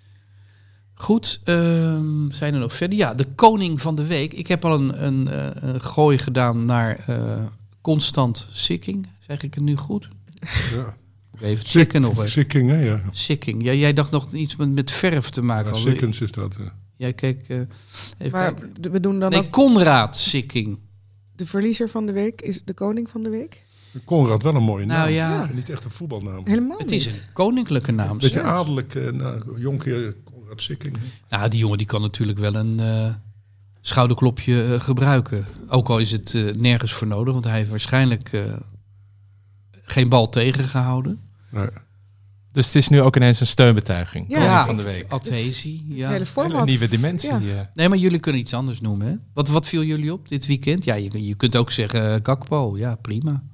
Goed, um, zijn er nog verder? Ja, de koning van de week. Ik heb al een, een, een gooi gedaan naar uh, Constant Sikking. Zeg ik het nu goed? Ja. Even checken nog even. Sikking, hè? Ja. Sikking. Ja, jij dacht nog iets met, met verf te maken. Ja, Sikkens is dat. Ja. Jij keek... Uh, even maar kijken. we doen dan nee, ook... Konrad Sikking. De verliezer van de week is de koning van de week? Konrad, wel een mooie naam. Nou ja. Ja, niet echt een voetbalnaam. Helemaal Het niet. is een koninklijke naam. Beetje zelfs. adellijk, uh, nou, Jonkheer Konrad Sikking. Nou, die jongen die kan natuurlijk wel een uh, schouderklopje uh, gebruiken. Ook al is het uh, nergens voor nodig, want hij heeft waarschijnlijk uh, geen bal tegengehouden. Nee. Dus het is nu ook ineens een steunbetuiging. Ja. Koning Ja. van de week. Adhesie. Ja. hele Een format. nieuwe dimensie. Ja. Ja. Nee, maar jullie kunnen iets anders noemen. Hè? Wat, wat viel jullie op dit weekend? Ja, je, je kunt ook zeggen uh, Gakpo. Ja, prima.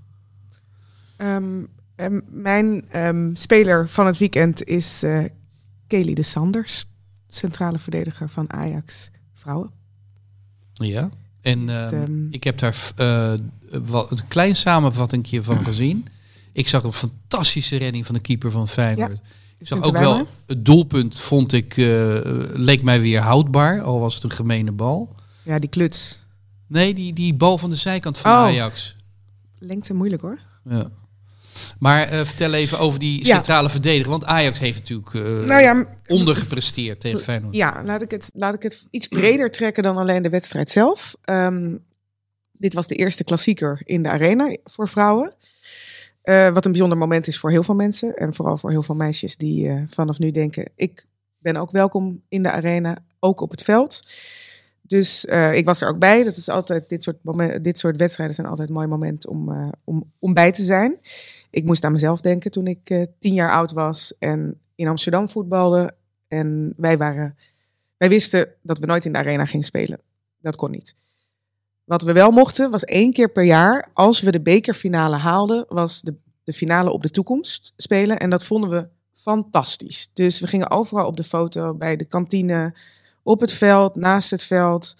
Um, um, mijn um, speler van het weekend is uh, Kelly de Sanders. Centrale verdediger van Ajax Vrouwen. Ja. En uh, Het, um, ik heb daar uh, wat, een klein samenvattingje van gezien. Ik zag een fantastische redding van de keeper van Feyenoord. Ja, ik zag ook wel het doelpunt, vond ik, uh, leek mij weer houdbaar. Al was het een gemene bal. Ja, die kluts. Nee, die, die bal van de zijkant van Oh. Ajax. Lengte moeilijk hoor. Ja. Maar uh, vertel even over die Ja. centrale verdediger. Want Ajax heeft natuurlijk uh, Nou ja, m- ondergepresteerd tegen Feyenoord. ja laat, ik het, laat ik het iets breder trekken dan alleen de wedstrijd zelf. Um, dit was de eerste klassieker in de arena voor vrouwen. Uh, wat een bijzonder moment is voor heel veel mensen. En vooral voor heel veel meisjes die uh, vanaf nu denken... ik ben ook welkom in de arena, ook op het veld. Dus uh, ik was er ook bij. Dat is altijd, dit, soort moment, dit soort wedstrijden zijn altijd een mooi moment om, uh, om, om bij te zijn. Ik moest aan mezelf denken toen ik uh, tien jaar oud was en in Amsterdam voetbalde. En wij, waren, wij wisten dat we nooit in de arena gingen spelen. Dat kon niet. Wat we wel mochten, was één keer per jaar, als we de bekerfinale haalden, was de, de finale op de toekomst spelen. En dat vonden we fantastisch. Dus we gingen overal op de foto, bij de kantine, op het veld, naast het veld.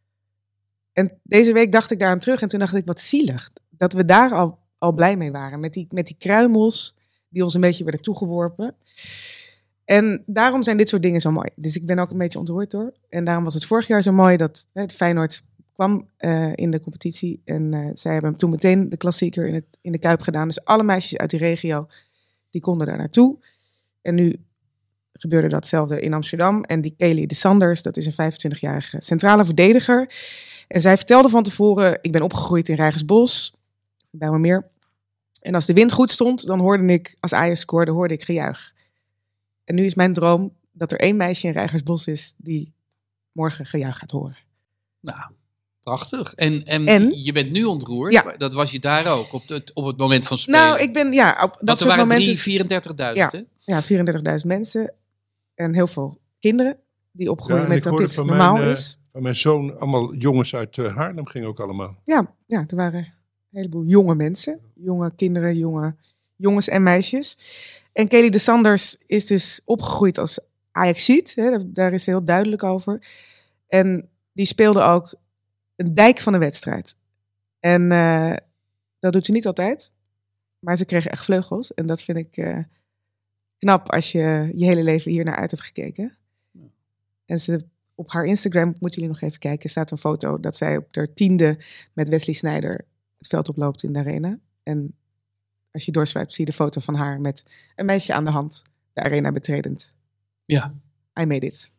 En deze week dacht ik daaraan terug en toen dacht ik, wat zielig. Dat we daar al, al blij mee waren, met die, met die kruimels die ons een beetje werden toegeworpen. En daarom zijn dit soort dingen zo mooi. Dus ik ben ook een beetje ontroerd door. En daarom was het vorig jaar zo mooi dat hè, het Feyenoord kwam uh, in de competitie. En uh, zij hebben toen meteen de klassieker in, het, in de Kuip gedaan. Dus alle meisjes uit die regio, die konden daar naartoe. En nu gebeurde datzelfde in Amsterdam. En die Kelly de Sanders, dat is een vijfentwintigjarige centrale verdediger. En zij vertelde van tevoren, ik ben opgegroeid in Rijgersbos, bij Bijlmermeer. En als de wind goed stond, dan hoorde ik, als Ajax scoorde, hoorde ik gejuich. En nu is mijn droom dat er één meisje in Rijgersbos is die morgen gejuich gaat horen. Nou, prachtig. En, en, En? je bent nu ontroerd. Ja. Dat was je daar ook, op het, op het moment van spelen. Nou, ik ben, ja, op dat Want er soort waren momenten... drie, vierendertigduizend, Ja. hè? Ja, vierendertigduizend mensen en heel veel kinderen die opgroeien Ja, en met ik dat hoorde dit van normaal mijn, eh, is. Van mijn zoon, allemaal jongens uit uh, Haarlem gingen ook allemaal. Ja, ja, er waren een heleboel jonge mensen. Jonge kinderen, jonge jongens en meisjes. En Kelly de Sanders is dus opgegroeid als Ajaxiet. Hè, daar, daar is ze heel duidelijk over. En die speelde ook een dijk van een wedstrijd. En uh, dat doet ze niet altijd. Maar ze kreeg echt vleugels. En dat vind ik uh, knap als je je hele leven hier naar uit hebt gekeken. En ze... Op haar Instagram, moeten jullie nog even kijken, staat een foto dat zij op haar tiende met Wesley Sneijder het veld oploopt in de arena. En als je doorswipt, zie je de foto van haar met een meisje aan de hand, de arena betredend. Ja. I made it.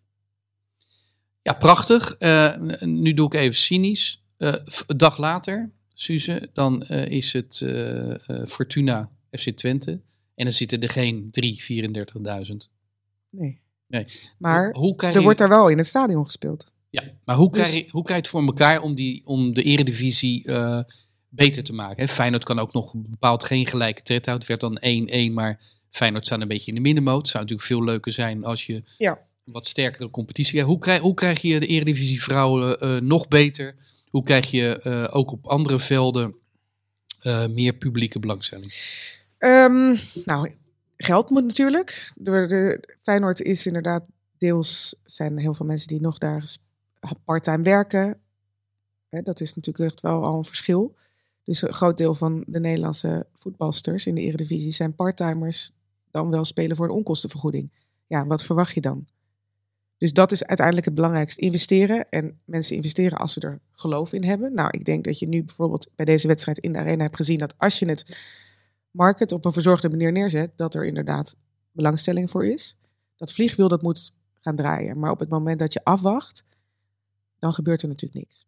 Ja, prachtig. Uh, nu doe ik even cynisch. Uh, een dag later, Suze, dan uh, is het uh, uh, Fortuna F C Twente. En dan zitten er geen drie, vierendertigduizend. Nee. Nee. Maar hoe krijg er je... wordt daar wel in het stadion gespeeld. Ja, maar hoe Dus... krijg je, hoe krijg je het voor elkaar om, die, om de eredivisie uh, beter te maken? Hè? Feyenoord kan ook nog bepaald geen gelijke tred houden. Het werd dan één-één, maar Feyenoord staat een beetje in de middenmoot. Het zou natuurlijk veel leuker zijn als je ja. een wat sterkere competitie hebt. Hoe krijg, hoe krijg je de eredivisie vrouwen uh, nog beter? Hoe krijg je uh, ook op andere velden uh, meer publieke belangstelling? Um, nou, geld moet natuurlijk. De, de, Feyenoord is inderdaad deels, zijn heel veel mensen die nog daar parttime werken. Hè, dat is natuurlijk echt wel al een verschil. Dus een groot deel van de Nederlandse voetbalsters in de Eredivisie zijn parttimers, dan wel spelen voor een onkostenvergoeding. Ja, wat verwacht je dan? Dus dat is uiteindelijk het belangrijkste. Investeren. En mensen investeren als ze er geloof in hebben. Nou, ik denk dat je nu bijvoorbeeld bij deze wedstrijd in de arena hebt gezien dat als je het market op een verzorgde manier neerzet, dat er inderdaad belangstelling voor is. Dat vliegwiel, dat moet gaan draaien. Maar op het moment dat je afwacht, dan gebeurt er natuurlijk niks.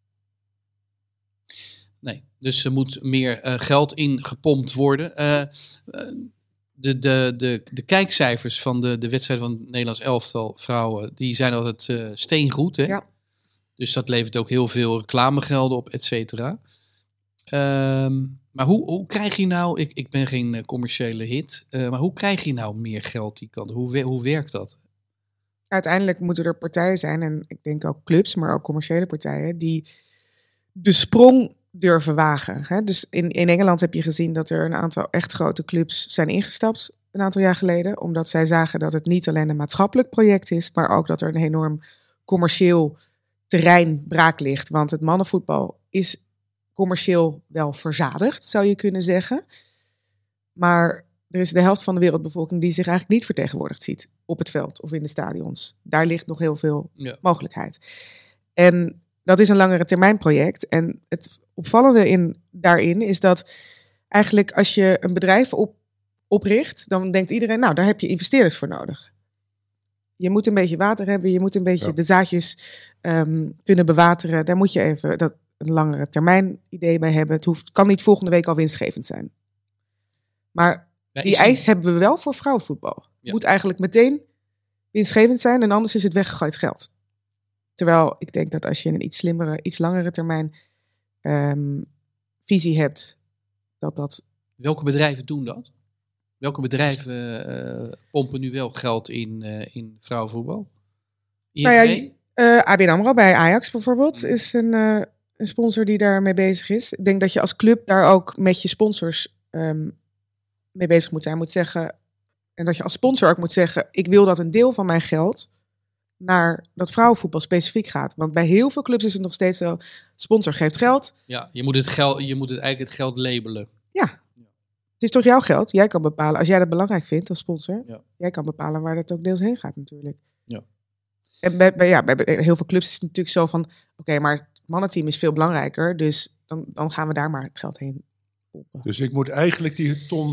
Nee, dus er moet meer uh, geld in gepompt worden. Uh, uh, de, de, de, de kijkcijfers van de, de wedstrijd van het Nederlands elftal vrouwen, die zijn altijd uh, steengoed. Hè? Ja. Dus dat levert ook heel veel reclamegelden op, et cetera. Um, maar hoe, hoe krijg je nou, ik, ik ben geen uh, commerciële hit, uh, maar hoe krijg je nou meer geld die kant? Hoe, hoe werkt dat? Uiteindelijk moeten er partijen zijn, en ik denk ook clubs, maar ook commerciële partijen, die de sprong durven wagen. Hè? Dus in, in Engeland heb je gezien dat er een aantal echt grote clubs zijn ingestapt een aantal jaar geleden, omdat zij zagen dat het niet alleen een maatschappelijk project is, maar ook dat er een enorm commercieel terrein braak ligt. Want het mannenvoetbal is commercieel wel verzadigd, zou je kunnen zeggen. Maar er is de helft van de wereldbevolking die zich eigenlijk niet vertegenwoordigd ziet op het veld of in de stadions. Daar ligt nog heel veel ja. mogelijkheid. En dat is een langere termijn project. En het opvallende in, daarin is dat eigenlijk als je een bedrijf op, opricht, dan denkt iedereen, nou, daar heb je investeerders voor nodig. Je moet een beetje water hebben, je moet een beetje ja. de zaadjes um, kunnen bewateren. Daar moet je even dat, een langere termijn idee bij hebben. Het hoeft, kan niet volgende week al winstgevend zijn. Maar ja, die eis die... hebben we wel voor vrouwenvoetbal. Ja. Moet eigenlijk meteen winstgevend zijn en anders is het weggegooid geld. Terwijl ik denk dat als je een iets slimmere, iets langere termijn um, visie hebt, dat dat... Welke bedrijven doen dat? Welke bedrijven uh, pompen nu wel geld in, uh, in vrouwenvoetbal? I N G? Nou ja, uh, A B N AMRO bij Ajax bijvoorbeeld is een, uh, een sponsor die daarmee bezig is. Ik denk dat je als club daar ook met je sponsors um, mee bezig moet zijn. Moet zeggen, en dat je als sponsor ook moet zeggen, ik wil dat een deel van mijn geld naar dat vrouwenvoetbal specifiek gaat. Want bij heel veel clubs is het nog steeds zo, sponsor geeft geld. Ja, je moet het, geld, je moet het eigenlijk het geld labelen. Ja. Het is toch jouw geld? Jij kan bepalen, als jij dat belangrijk vindt als sponsor, ja. jij kan bepalen waar dat ook deels heen gaat natuurlijk. Ja. En bij, bij, ja, bij heel veel clubs is het natuurlijk zo van, oké, okay, maar het mannenteam is veel belangrijker, dus dan, dan gaan we daar maar het geld heen pompen. Dus ik moet eigenlijk die ton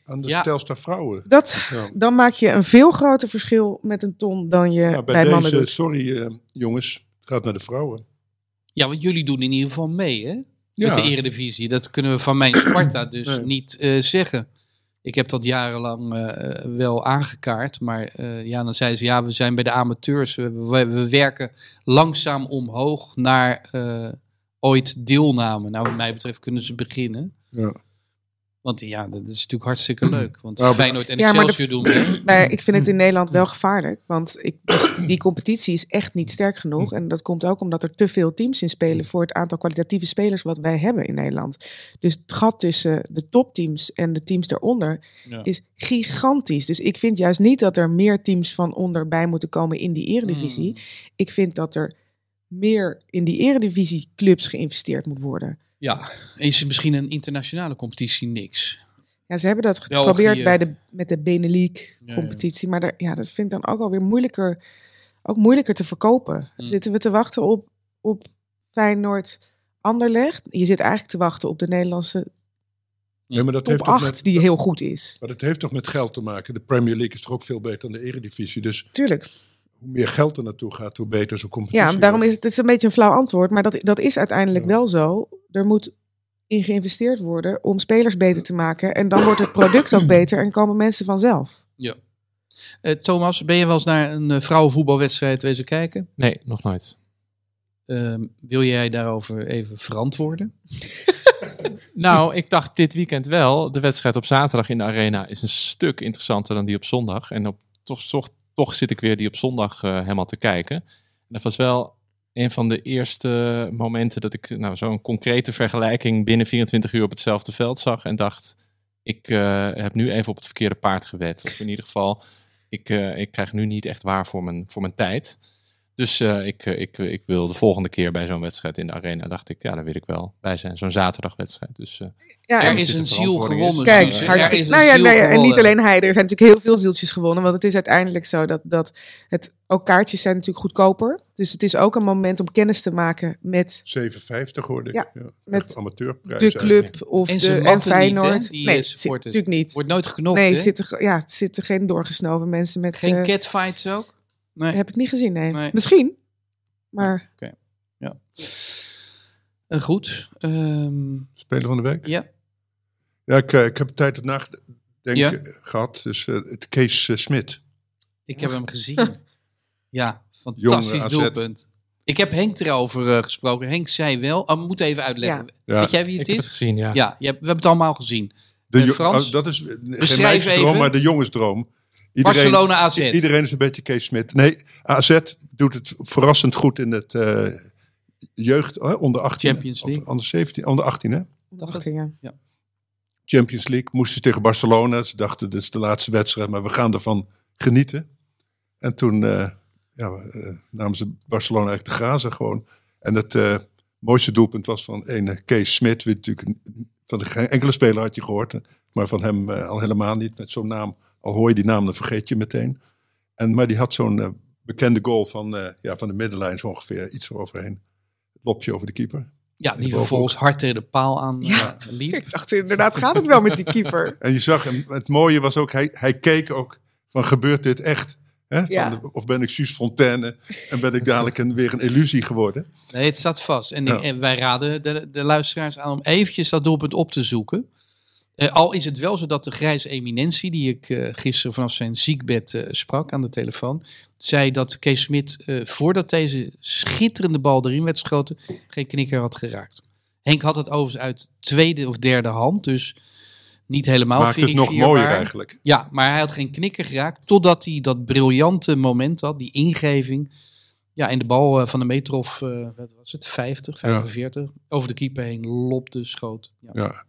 aan de Ja. Telstar vrouwen. Dat, Ja. Dan maak je een veel groter verschil met een ton dan je Ja, bij, bij mannen deze, doet. sorry uh, jongens, het gaat naar de vrouwen. Ja, want jullie doen in ieder geval mee, hè? Ja. Met de Eredivisie. Dat kunnen we van mijn Sparta dus Nee. niet uh, zeggen. Ik heb dat jarenlang uh, wel aangekaart. Maar uh, ja, dan zeiden ze, ja, we zijn bij de amateurs. We, we, we werken langzaam omhoog naar uh, ooit deelname. Nou, wat mij betreft kunnen ze beginnen. Ja. Want ja, dat is natuurlijk hartstikke leuk. Want Nou, Feyenoord en ja, maar Excelsior de- doen mee. Maar ik vind het in Nederland wel gevaarlijk. Want ik, dus die competitie is echt niet sterk genoeg. En dat komt ook omdat er te veel teams in spelen voor het aantal kwalitatieve spelers wat wij hebben in Nederland. Dus het gat tussen de topteams en de teams daaronder Ja. is gigantisch. Dus ik vind juist niet dat er meer teams van onder bij moeten komen in die eredivisie. Mm. Ik vind dat er meer in die eredivisie clubs geïnvesteerd moet worden. Ja, is het misschien een internationale competitie niks? Ja, ze hebben dat België. geprobeerd bij de, met de Benelux Ja, competitie. Maar daar, ja, dat vind ik dan ook alweer moeilijker, ook moeilijker te verkopen. Hm. Zitten we te wachten op, op Feyenoord Anderlecht? Je zit eigenlijk te wachten op de Nederlandse Nee, maar dat top heeft toch acht, met, die heel goed is. maar dat heeft toch met geld te maken. De Premier League is toch ook veel beter dan de Eredivisie. Dus Tuurlijk. hoe meer geld er naartoe gaat, hoe beter zo'n competitie Ja, daarom wordt. is het, het is een beetje een flauw antwoord. Maar dat, dat is uiteindelijk Ja. wel zo. Er moet in geïnvesteerd worden om spelers beter te maken. En dan wordt het product ook beter en komen mensen vanzelf. Ja. Uh, Thomas, ben je wel eens naar een uh, vrouwenvoetbalwedstrijd wezen kijken? Nee, nog nooit. Uh, wil jij daarover even verantwoorden? Nou, ik dacht dit weekend wel. De wedstrijd op zaterdag in de Arena is een stuk interessanter dan die op zondag. En op, toch, toch, toch zit ik weer die op zondag uh, helemaal te kijken. En dat was wel een van de eerste momenten dat ik nou, zo'n concrete vergelijking binnen vierentwintig uur op hetzelfde veld zag. En dacht, ik uh, heb nu even op het verkeerde paard gewed. Of in ieder geval, ik, uh, ik krijg nu niet echt waar voor mijn, voor mijn tijd. Dus uh, ik, ik, ik wil de volgende keer bij zo'n wedstrijd in de Arena, dacht ik, ja, daar wil ik wel bij zijn. Zo'n zaterdagwedstrijd. Dus, uh, Ja, er en- is een ziel gewonnen. Kijk, Suus, hè? hartstikke- Er is een nou ja, ziel nou ja, en niet gewonnen. alleen hij. Er zijn natuurlijk heel veel zieltjes gewonnen. Want het is uiteindelijk zo dat, dat het, ook kaartjes zijn natuurlijk goedkoper. Dus het is ook een moment om kennis te maken met zeven vijftig hoorde ik. Ja, Ja, met echt amateurprijs de club of En ze de en matten Feyenoord. niet, hè, die, nee, eh, het zit supporters. natuurlijk niet. Wordt nooit genokt, Nee, hè? zitten, ja, het zitten geen doorgesnoven mensen met... Geen eh, catfights ook? Nee. heb ik niet gezien, nee. Nee. Misschien, maar... Uh, goed. Um, Speler van de week? ja. Ja, ik, uh, ik heb een tijd het nadenken Ja. gehad. Dus uh, het Kees uh, Smit. Ik heb hem gezien. Ja, fantastisch Jonge A Z. doelpunt. Ik heb Henk erover uh, gesproken. Henk zei wel... Oh, we moeten even uitleggen. Ja. Weet jij wie het ik heb het is? gezien, ja. Ja, je hebt, we hebben het allemaal gezien. De Uh, jo- Frans? oh, dat is uh, geen Beschrijf meisjesdroom, even. maar de jongensdroom. Barcelona A Z. i- Iedereen is een beetje Kees Smit. Nee, A Z doet het verrassend goed in het uh, jeugd uh, onder achttien. Champions League. Of onder zeventien, onder achttien hè? Dacht ja. Ja. Champions League moesten ze tegen Barcelona. Ze dachten, dit is de laatste wedstrijd, maar we gaan ervan genieten. En toen uh, ja, uh, namen ze Barcelona eigenlijk de grazen gewoon. En het uh, mooiste doelpunt was van een Kees Smit. Wie natuurlijk van geen enkele speler had je gehoord. Maar van hem uh, al helemaal niet. Met zo'n naam, al hoor je die naam, dan vergeet je meteen. En, maar die had zo'n uh, bekende goal van, uh, ja, van de middenlijn zo ongeveer iets eroverheen. Lopje over de keeper. Ja, die bovenhoek. vervolgens hard tegen de paal aan Ja. uh, liep. Ik dacht inderdaad, gaat het wel met die keeper? En je zag hem, het mooie was ook, hij, hij keek ook van gebeurt dit echt? Hè? Van Ja. de, of ben ik Suus Fontaine en ben ik dadelijk een, weer een illusie geworden? Nee, het staat vast. En, Ja. ik, en wij raden de, de luisteraars aan om eventjes dat doelpunt op te zoeken. Uh, al is het wel zo dat de grijze eminentie, die ik uh, gisteren vanaf zijn ziekbed uh, sprak aan de telefoon, zei dat Kees Smit, uh, voordat deze schitterende bal erin werd geschoten, geen knikker had geraakt. Henk had het overigens uit tweede of derde hand, dus niet helemaal Maakt het nog verifieerbaar. mooier eigenlijk. Ja, maar hij had geen knikker geraakt, totdat hij dat briljante moment had, die ingeving. Ja, en de bal uh, van de meter of, uh, wat was het, vijftig, vijfenveertig, over de keeper heen lopte, schoot. Ja. Ja,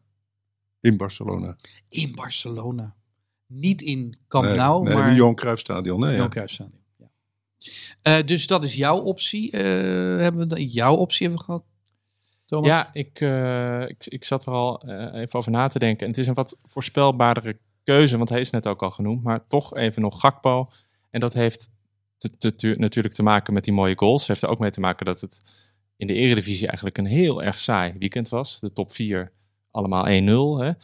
in Barcelona. In Barcelona. Niet in Camp nee, Nou, nee, maar in Johan Cruijffstadion. Nee, Johan ja. Cruijffstadion. Ja. Uh, dus dat is jouw optie. Uh, hebben we da- jouw optie hebben we gehad, Thomas? Ja, ik, uh, ik, ik zat er al uh, even over na te denken. En het is een wat voorspelbaardere keuze, want hij is net ook al genoemd. Maar toch even nog Gakpo. En dat heeft te, te, te, natuurlijk te maken met die mooie goals. Het heeft er ook mee te maken dat het in de Eredivisie eigenlijk een heel erg saai weekend was. De top vier allemaal één nul. Hè?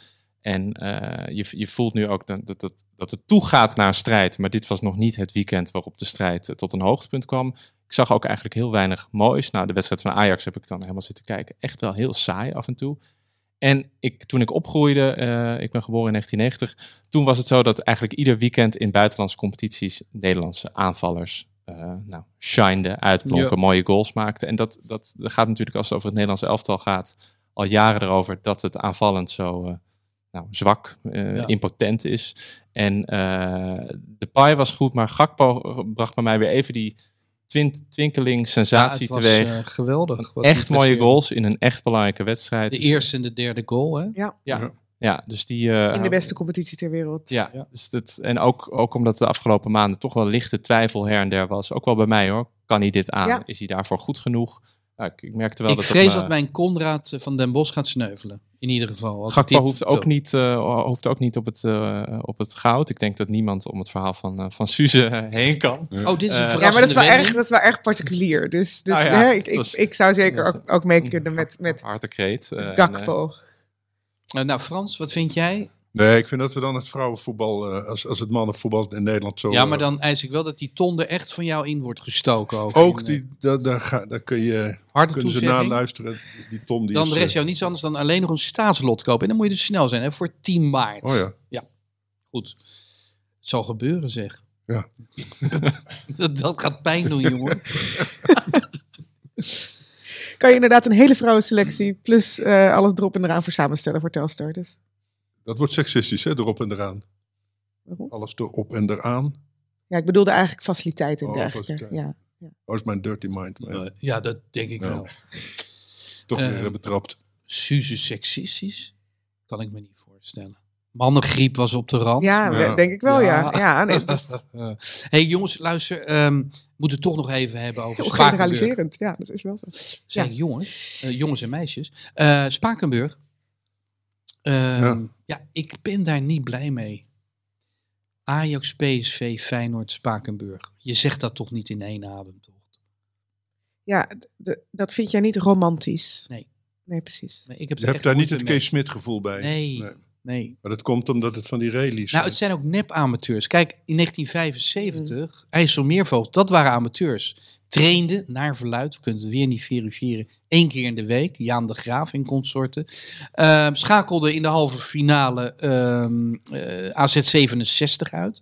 En uh, je, je voelt nu ook dat, dat, dat het toegaat naar een strijd. Maar dit was nog niet het weekend waarop de strijd uh, tot een hoogtepunt kwam. Ik zag ook eigenlijk heel weinig moois. Nou, de wedstrijd van Ajax heb ik dan helemaal zitten kijken. Echt wel heel saai af en toe. En ik, toen ik opgroeide, uh, ik ben geboren in negentien negentig... toen was het zo dat eigenlijk ieder weekend in buitenlandse competities Nederlandse aanvallers uh, nou, shineden, uitblonken, ja. mooie goals maakten. En dat, dat, dat gaat natuurlijk, als het over het Nederlandse elftal gaat, al jaren erover dat het aanvallend zo uh, nou, zwak, uh, ja. impotent is. En uh, Depay was goed, maar Gakpo bracht bij mij weer even die twin- twinkeling sensatie ja, het teweeg. was uh, geweldig. Wat echt mooie goals in een echt belangrijke wedstrijd. De dus, eerste en de derde goal, hè? Ja. Ja, ja dus die... Uh, in de beste competitie ter wereld. Ja, ja. Dus dat, en ook, ook omdat de afgelopen maanden toch wel lichte twijfel her en der was. Ook wel bij mij hoor. Kan hij dit aan? Ja. Is hij daarvoor goed genoeg? Nou, ik, ik merkte wel ik dat... Ik vrees dat, dat mijn Konrad van Den Bosch gaat sneuvelen. In ieder geval. Gakpo hoeft ook, niet, uh, hoeft ook niet op het, uh, op het goud. Ik denk dat niemand om het verhaal van, uh, van Suze heen kan. Ja. Oh, dit is een uh, ja, maar dat is, wel erg, dat is wel erg particulier. Dus, dus ah, ja, hè, ik, was, ik, ik zou zeker ook, ook mee kunnen met, met hartekreet. Uh, Gakpo. Uh, uh, nou, Frans, wat vind jij? Nee, ik vind dat we dan het vrouwenvoetbal, uh, als, als het mannenvoetbal in Nederland zo... Ja, maar dan eis ik wel dat die ton er echt van jou in wordt gestoken. Ook, ook in, die, daar, daar, ga, daar kun je, harde kunnen ze naluisteren, die ton die dan is... Dan rest jou niets anders dan alleen nog een staatslot kopen. En dan moet je dus snel zijn, hè, voor tien maart. Oh ja. Ja, goed. Het zal gebeuren, zeg. Ja. dat, dat gaat pijn doen, jongen. Kan je inderdaad een hele vrouwenselectie plus uh, alles erop en eraan voor samenstellen voor Telstar, dus... Dat wordt seksistisch, hè? Erop en eraan. Waarom? Alles erop en eraan. Ja, ik bedoelde eigenlijk faciliteiten en oh, dergelijke. Faciliteit. Ja, ja. Dat is mijn dirty mind. Maar... Uh, ja, dat denk ik nou, wel. Toch uh, weer betrapt. Suze seksistisch? Kan ik me niet voorstellen. Mannengriep was op de rand. Ja, ja. denk ik wel, ja. ja. ja nee, hey, jongens, luister. We um, moeten het toch nog even hebben over Heel Spakenburg. Generaliserend, ja, dat is wel zo. Zeg, ja. jongens, uh, jongens en meisjes. Uh, Spakenburg. Uh, ja. ja, ik ben daar niet blij mee. Ajax, P S V, Feyenoord, Spakenburg. Je zegt dat toch niet in één adem, toch? Ja, de, dat vind jij niet romantisch. Nee. Nee, precies. Nee, ik heb je hebt daar niet het Kees Smit gevoel bij. Nee, nee, nee. Maar dat komt omdat het van die rallies Nou, het zijn ook nep-amateurs. Kijk, in negentien vijfenzeventig, mm. IJsselmeervogels, dat waren amateurs. Trainden, naar verluid, we kunnen het weer niet verifiëren, één keer in de week. Jaan de Graaf en consorten. Uh, schakelde in de halve finale uh, uh, A Z zevenenzestig uit.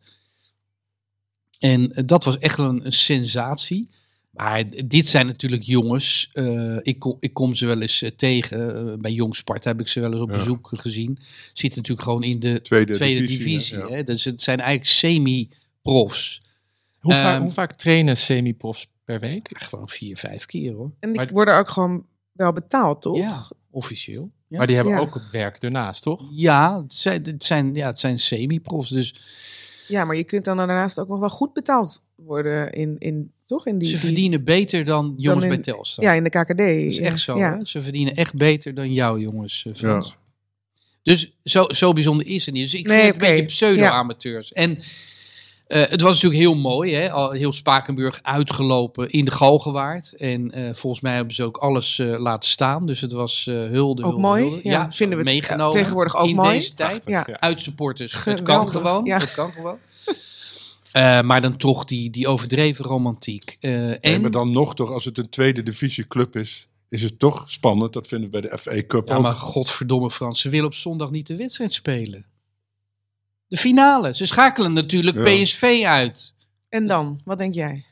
En uh, dat was echt een, een sensatie. Maar dit zijn natuurlijk jongens. Uh, ik, kom, ik kom ze wel eens uh, tegen. Uh, bij Jong Sparta heb ik ze wel eens op ja. bezoek gezien. Zitten natuurlijk gewoon in de tweede, tweede divisie. divisie ja. Hè? Dus het zijn eigenlijk semi-profs. Hoe, um, vaak, hoe vaak trainen semi-profs per week? Gewoon vier, vijf keer hoor. En die maar, worden ook gewoon wel betaald, toch? Ja, officieel. Ja. Maar die hebben ja. ook het werk ernaast, toch? Ja, het zijn, het zijn, ja, het zijn semi-profs. Dus... Ja, maar je kunt dan daarnaast ook nog wel goed betaald worden in, in toch? In die, Ze die... verdienen beter dan jongens dan in, bij Telstar. Ja, in de K K D. Dat is echt zo. Ja. Hè? Ze verdienen echt beter dan jou, jongens. Uh, ja. Dus zo, zo bijzonder is het niet. Dus ik vind nee, het okay. een beetje pseudo-amateurs. Ja. En uh, het was natuurlijk heel mooi. Hè? Al heel Spakenburg uitgelopen in de Galgenwaard. En uh, volgens mij hebben ze ook alles uh, laten staan. Dus het was uh, hulde, ook hulde, mooi. hulde. Ja, Ja, vinden we het meegenomen. tegenwoordig ook in mooi. deze tijd. Ja. Ja. Uitsupporters. Het Geweldig. kan gewoon. Ja. Het kan gewoon. Uh, maar dan toch die, die overdreven romantiek. Uh, nee, en... maar dan nog toch, als het een tweede divisieclub is, is het toch spannend. Dat vinden we bij de F A Cup ja, ook. maar godverdomme Frans, ze willen op zondag niet de wedstrijd spelen. De finale. Ze schakelen natuurlijk ja. P S V uit. En dan? Wat denk jij?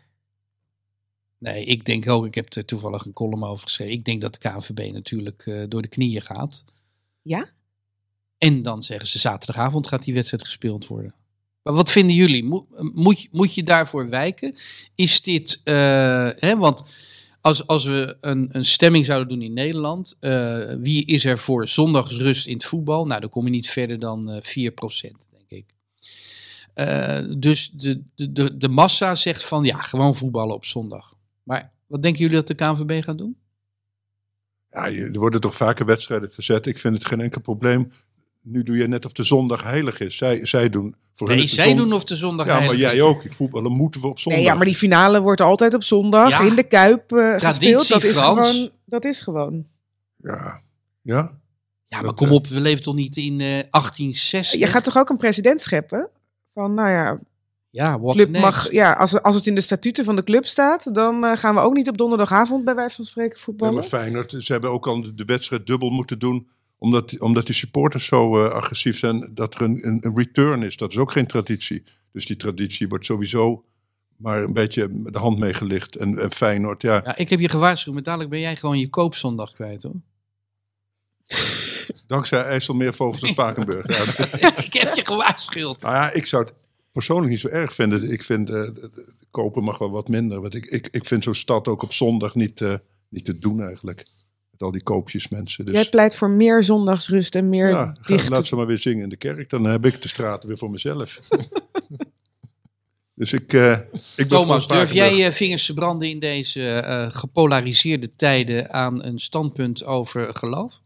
Nee, ik denk ook, ik heb er toevallig een column over geschreven. Ik denk dat de K N V B natuurlijk uh, door de knieën gaat. Ja? En dan zeggen ze zaterdagavond gaat die wedstrijd gespeeld worden. Maar wat vinden jullie? Mo- moet, moet je daarvoor wijken? Is dit... Uh, hè, want als, als we een, een stemming zouden doen in Nederland... Uh, wie is er voor zondagsrust in het voetbal? Nou, dan kom je niet verder dan uh, vier procent, denk ik. Uh, dus de, de, de, de massa zegt van... ja, gewoon voetballen op zondag. Maar wat denken jullie dat de K N V B gaat doen? Ja, er worden toch vaker wedstrijden verzet. Ik vind het geen enkel probleem. Nu doe je net of de zondag heilig is. Zij, zij doen... Voor nee, hun is de zij zon... doen of de zondag Ja, heilig maar jij is. ook. Voetballen moeten we op zondag. Nee, ja, maar die finale wordt altijd op zondag Ja. in de Kuip uh, Traditie, gespeeld. Dat is, Frans. gewoon, dat is gewoon. Ja. Ja? Ja, maar Dat, kom uh, op, we leven toch niet in uh, achttien zestig? Je gaat toch ook een president scheppen? Van, nou ja, Ja, what club next? mag, ja als, als het in de statuten van de club staat, dan uh, gaan we ook niet op donderdagavond bij wijze van spreken Ja, voetballen. maar Feyenoord, ze hebben ook al de wedstrijd dubbel moeten doen. Omdat, omdat die supporters zo uh, agressief zijn. Dat er een, een, een return is. Dat is ook geen traditie. Dus die traditie wordt sowieso maar een beetje met de hand meegelicht. En, en Feyenoord, ja. Ja, ik heb je gewaarschuwd, maar dadelijk ben jij gewoon je koopzondag kwijt, hoor. Dankzij IJsselmeervogels en Spakenburg. Ja, dat- Ik heb je gewaarschuwd. nou ja, ik zou het persoonlijk niet zo erg vinden. Ik vind, uh, kopen mag wel wat minder. Want ik, ik, ik vind zo'n stad ook op zondag niet, uh, niet te doen eigenlijk. Met al die koopjes mensen. Dus Jij pleit voor meer zondagsrust en meer ja, ga, dichte... laat ze maar weer zingen in de kerk. Dan heb ik de straten weer voor mezelf. Dus ik, uh, ik ben Thomas, van durf Spakenburg. jij uh, vingers te branden in deze uh, gepolariseerde tijden aan een standpunt over geloof?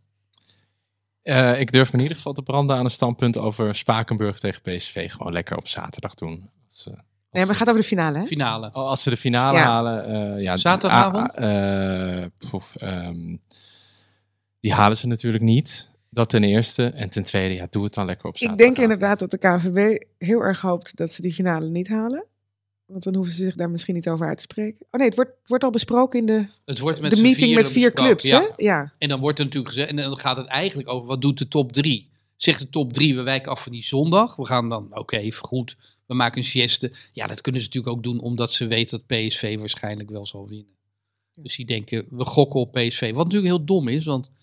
Uh, ik durf me in ieder geval te branden aan een standpunt over Spakenburg tegen P S V. Gewoon lekker op zaterdag doen. Als, uh, als Nee, maar het gaat over de finale, hè? Finale. Oh, als ze de finale Ja. halen. Uh, ja, Zaterdagavond? ah, uh, poef, um, die halen ze natuurlijk niet. Dat ten eerste. En ten tweede, ja, doe het dan lekker op Ik zaterdag. denk inderdaad dat de K N V B heel erg hoopt dat ze die finale niet halen. Want dan hoeven ze zich daar misschien niet over uit te spreken. Oh nee, het wordt, het wordt al besproken in de, Het wordt met de z'n meeting vieren met vier besproken, clubs, ja. hè? Ja. En dan wordt er natuurlijk gezegd, en dan gaat het eigenlijk over wat doet de top drie. Zegt de top drie, we wijken af van die zondag. We gaan dan, oké, okay, goed, we maken een sieste. Ja, dat kunnen ze natuurlijk ook doen, omdat ze weten dat P S V waarschijnlijk wel zal winnen. Dus die denken, we gokken op P S V. Wat natuurlijk heel dom is, want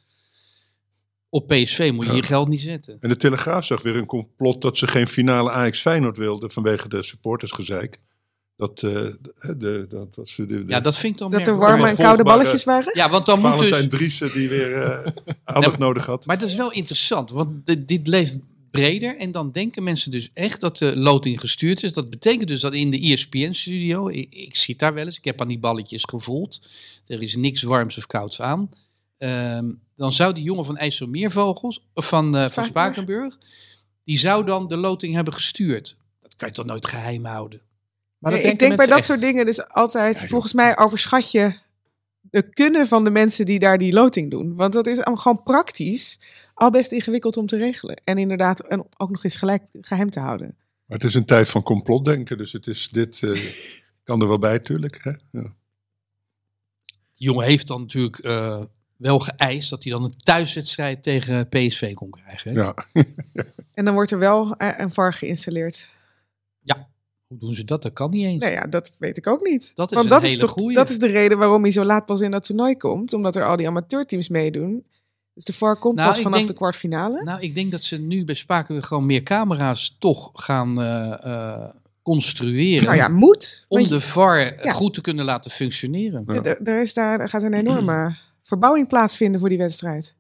op P S V moet je Ja. je geld niet zetten. En de Telegraaf zag weer een complot dat ze geen finale Ajax Feyenoord wilden vanwege de supportersgezeik. Dat, uh, de, de, dat, dat ze de, de Ja, dat vind ik dan Dat er merkwaardig. warme en volgbare- koude balletjes waren. Ja, want dan moet Valentijn dus... Driessen die weer uh, aandacht nodig had. Maar dat is wel interessant, want dit, dit leeft breder. En dan denken mensen dus echt dat de loting gestuurd is. Dat betekent dus dat in de E S P N-studio, ik, ik zit daar wel eens, ik heb aan die balletjes gevoeld. Er is niks warms of kouds aan. Um, dan zou die jongen van IJsselmeervogels, of van, uh, van Spakenburg, die zou dan de loting hebben gestuurd. Dat kan je toch nooit geheim houden? Maar dat Nee, ik denken denk bij mensen dat echt. soort dingen dus altijd, Ja, joh. volgens mij overschat je de kunnen van de mensen die daar die loting doen. Want dat is gewoon praktisch al best ingewikkeld om te regelen. En inderdaad en ook nog eens gelijk geheim te houden. Maar het is een tijd van complotdenken, dus het is dit uh, kan er wel bij, natuurlijk. Hè? Ja. Die jongen heeft dan natuurlijk uh, wel geëist dat hij dan een thuiswedstrijd tegen P S V kon krijgen. Hè? Ja. En dan wordt er wel uh, een V A R geïnstalleerd. Hoe doen ze dat? Dat kan niet eens. Nou ja, dat weet ik ook niet. Dat is Want een dat hele is toch goeie. dat is de reden waarom hij zo laat pas in dat toernooi komt. Omdat er al die amateurteams meedoen. Dus de V A R komt Nou, pas ik vanaf denk- de kwartfinale. Nou, ik denk dat ze nu bij Spakenburg gewoon meer camera's toch gaan uh, uh, construeren. Nou ja, moet. om Want de V A R Ja. goed te kunnen laten functioneren. je- er, er is daar, er gaat een enorme verbouwing plaatsvinden voor die wedstrijd.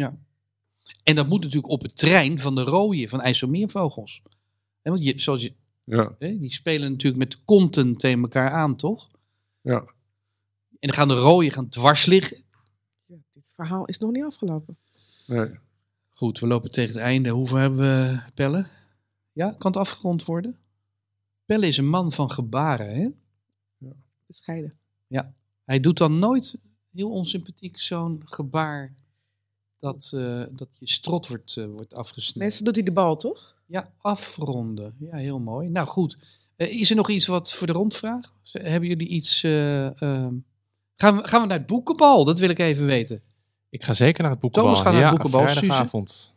En dat moet natuurlijk op het terrein van de rooien van IJsselmeervogels. Hè, want je, zoals je, Ja, hè, die spelen natuurlijk met de konten tegen elkaar aan, toch? ja. En dan gaan de rooien gaan dwars liggen. Ja, dit verhaal is nog niet afgelopen. Nee. Goed, we lopen tegen het einde. Hoeveel hebben we, Pelle? Ja, kan het afgerond worden? Pelle is een man van gebaren, hè? Bescheiden. Hij doet dan nooit heel onsympathiek zo'n gebaar dat, uh, dat je strot wordt, uh, wordt afgesneden. Meestal doet hij de bal, toch? Ja, afronden. Ja, heel mooi. Nou goed, uh, is er nog iets wat voor de rondvraag? Z- Hebben jullie iets... uh, uh, gaan, we, gaan we naar het boekenbal? Dat wil ik even weten. Ik ga zeker naar het boekenbal. Thomas gaat naar ja, het boekenbal. Suze? vrijdagavond.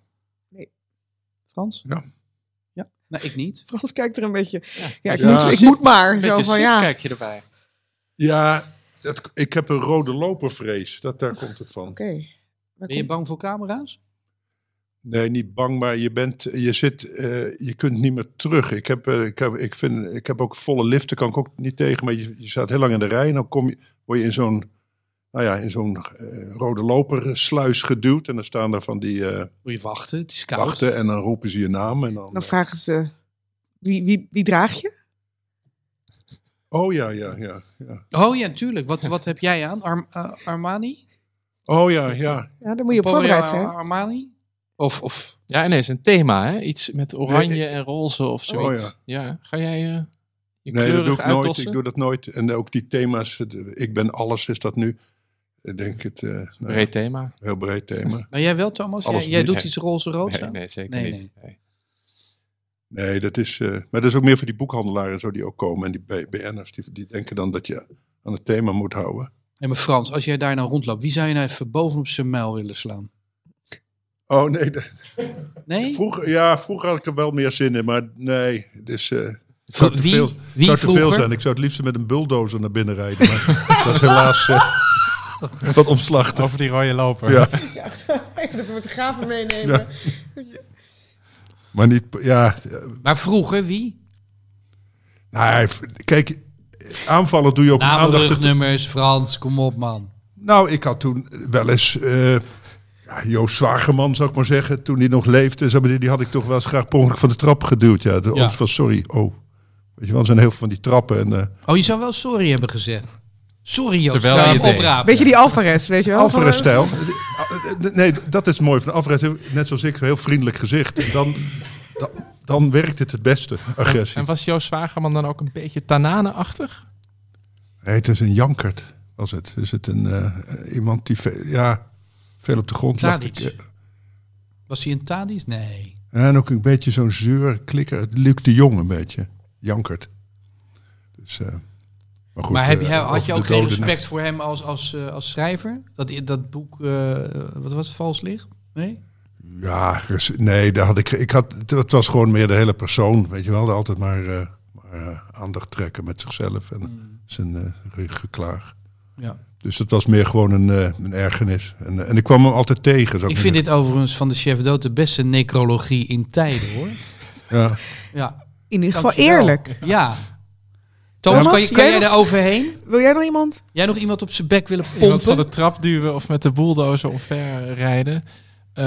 Frans? Ja. Ja, nou ik niet. Frans kijkt er een beetje... Ja, Ja, ik, Ja. Moet, ik moet maar. Een Zo beetje van, ziek ja. kijk je erbij. Ja, dat, ik heb een rode lopervrees. Dat, daar komt het van. Oké. Waar Ben je komt- bang voor camera's? Nee, niet bang, maar je bent, je zit, uh, je kunt niet meer terug. Ik heb, uh, ik heb, ik vind, ik heb ook volle liften, kan ik ook niet tegen. Maar je, je staat heel lang in de rij en dan kom je, word je in zo'n, nou ja, in zo'n uh, rode lopersluis geduwd. En dan staan er van die uh, Moet je wachten, het is koud. wachten en dan roepen ze je naam. En dan, Dan vragen ze... Wie, wie, wie draag je? oh ja, ja, ja, ja. Oh ja, natuurlijk. Wat, wat heb jij aan? Ar- uh, Armani? Oh ja, ja. Ja, daar moet je op Porio voorbereid zijn. Armani? Of, of Ja, en er is een thema, hè? Iets met oranje Nee, en roze of zoiets. Oh, ja. Ga jij uh, je Nee, dat doe kleurig ik nooit. uitdossen? Ik doe dat nooit. En ook die thema's, het- ik ben alles, is dat nu. Ik denk het... Uh, nou, breed thema. Heel breed thema. Maar jij wel, Thomas? Jij, jij doet iets roze-rood? Nee, nee, zeker nee, niet. Nee. Nee. Nee, dat is... Uh, maar dat is ook meer voor die boekhandelaren en zo die ook komen. En die B N'ers, die, die denken dan dat je aan het thema moet houden. Hey, maar Frans, als jij daar nou rondloopt, wie zou je nou even bovenop zijn muil willen slaan? Oh, nee. De, nee? Vroeger, ja, vroeger had ik er wel meer zin in, maar nee. Het is... Uh, Het zou, wie? te veel, Wie zou te veel zijn. Ik zou het liefst met een bulldozer naar binnen rijden. Maar dat is helaas uh, wat omslachtig. Over die rode loper. Ja. Ja, even de fotografen meenemen. Ja. Maar niet, ja. Maar vroeger, wie? Nou, kijk, aanvallen doe je ook Namen, aandacht. rugnummers, Frans, kom op man. Nou, ik had toen wel eens... Uh, Ja, Joost Zwageman, zou ik maar zeggen, toen hij nog leefde, zeg maar, die had ik toch wel eens graag per ongeluk van de trap geduwd. Ja, de, ja. Van sorry, oh. Weet je wel, er zijn heel veel van die trappen. En, uh, oh, je zou wel sorry hebben gezegd. Sorry Joost, terwijl je oprapen. Beetje die Alvarez, weet je wel? Alvarez-stijl. Nee, dat is mooi. Van Alvarez, net zoals ik, een heel vriendelijk gezicht. En dan, dan, dan werkt het het beste, agressie. En, en was Joost Zwageman dan ook een beetje Tanane-achtig? Nee, het is een jankert, was het. Is het een uh, iemand die... Ve- ja... Veel op de grond lag. Ik, was hij een Tadic? Nee. En ook een beetje zo'n zeur, klikker. Luc de Jong een beetje. Jankert. Dus, uh, maar goed, maar heb je, uh, had je ook geen respect nacht. voor hem als, als, uh, als schrijver? Dat, dat boek, uh, wat was het, Vals Licht? Nee? Ja, nee, daar had ik, ik had, het was gewoon meer de hele persoon. Weet je wel, altijd maar, uh, maar uh, aandacht trekken met zichzelf en mm. zijn uh, geklaag. Ja. Dus dat was meer gewoon een, uh, een ergernis. En, uh, en ik kwam hem altijd tegen. Ik, ik vind dit overigens van de chef dood de beste necrologie in tijden, hoor. Ja. Ja. In ieder geval eerlijk. Ja. Thomas, Thomas kan, je, kan jij, jij daar overheen? Wil jij nog iemand? Jij nog iemand op zijn bek willen pompen? Iemand van de trap duwen of met de bulldozer omver rijden? Uh,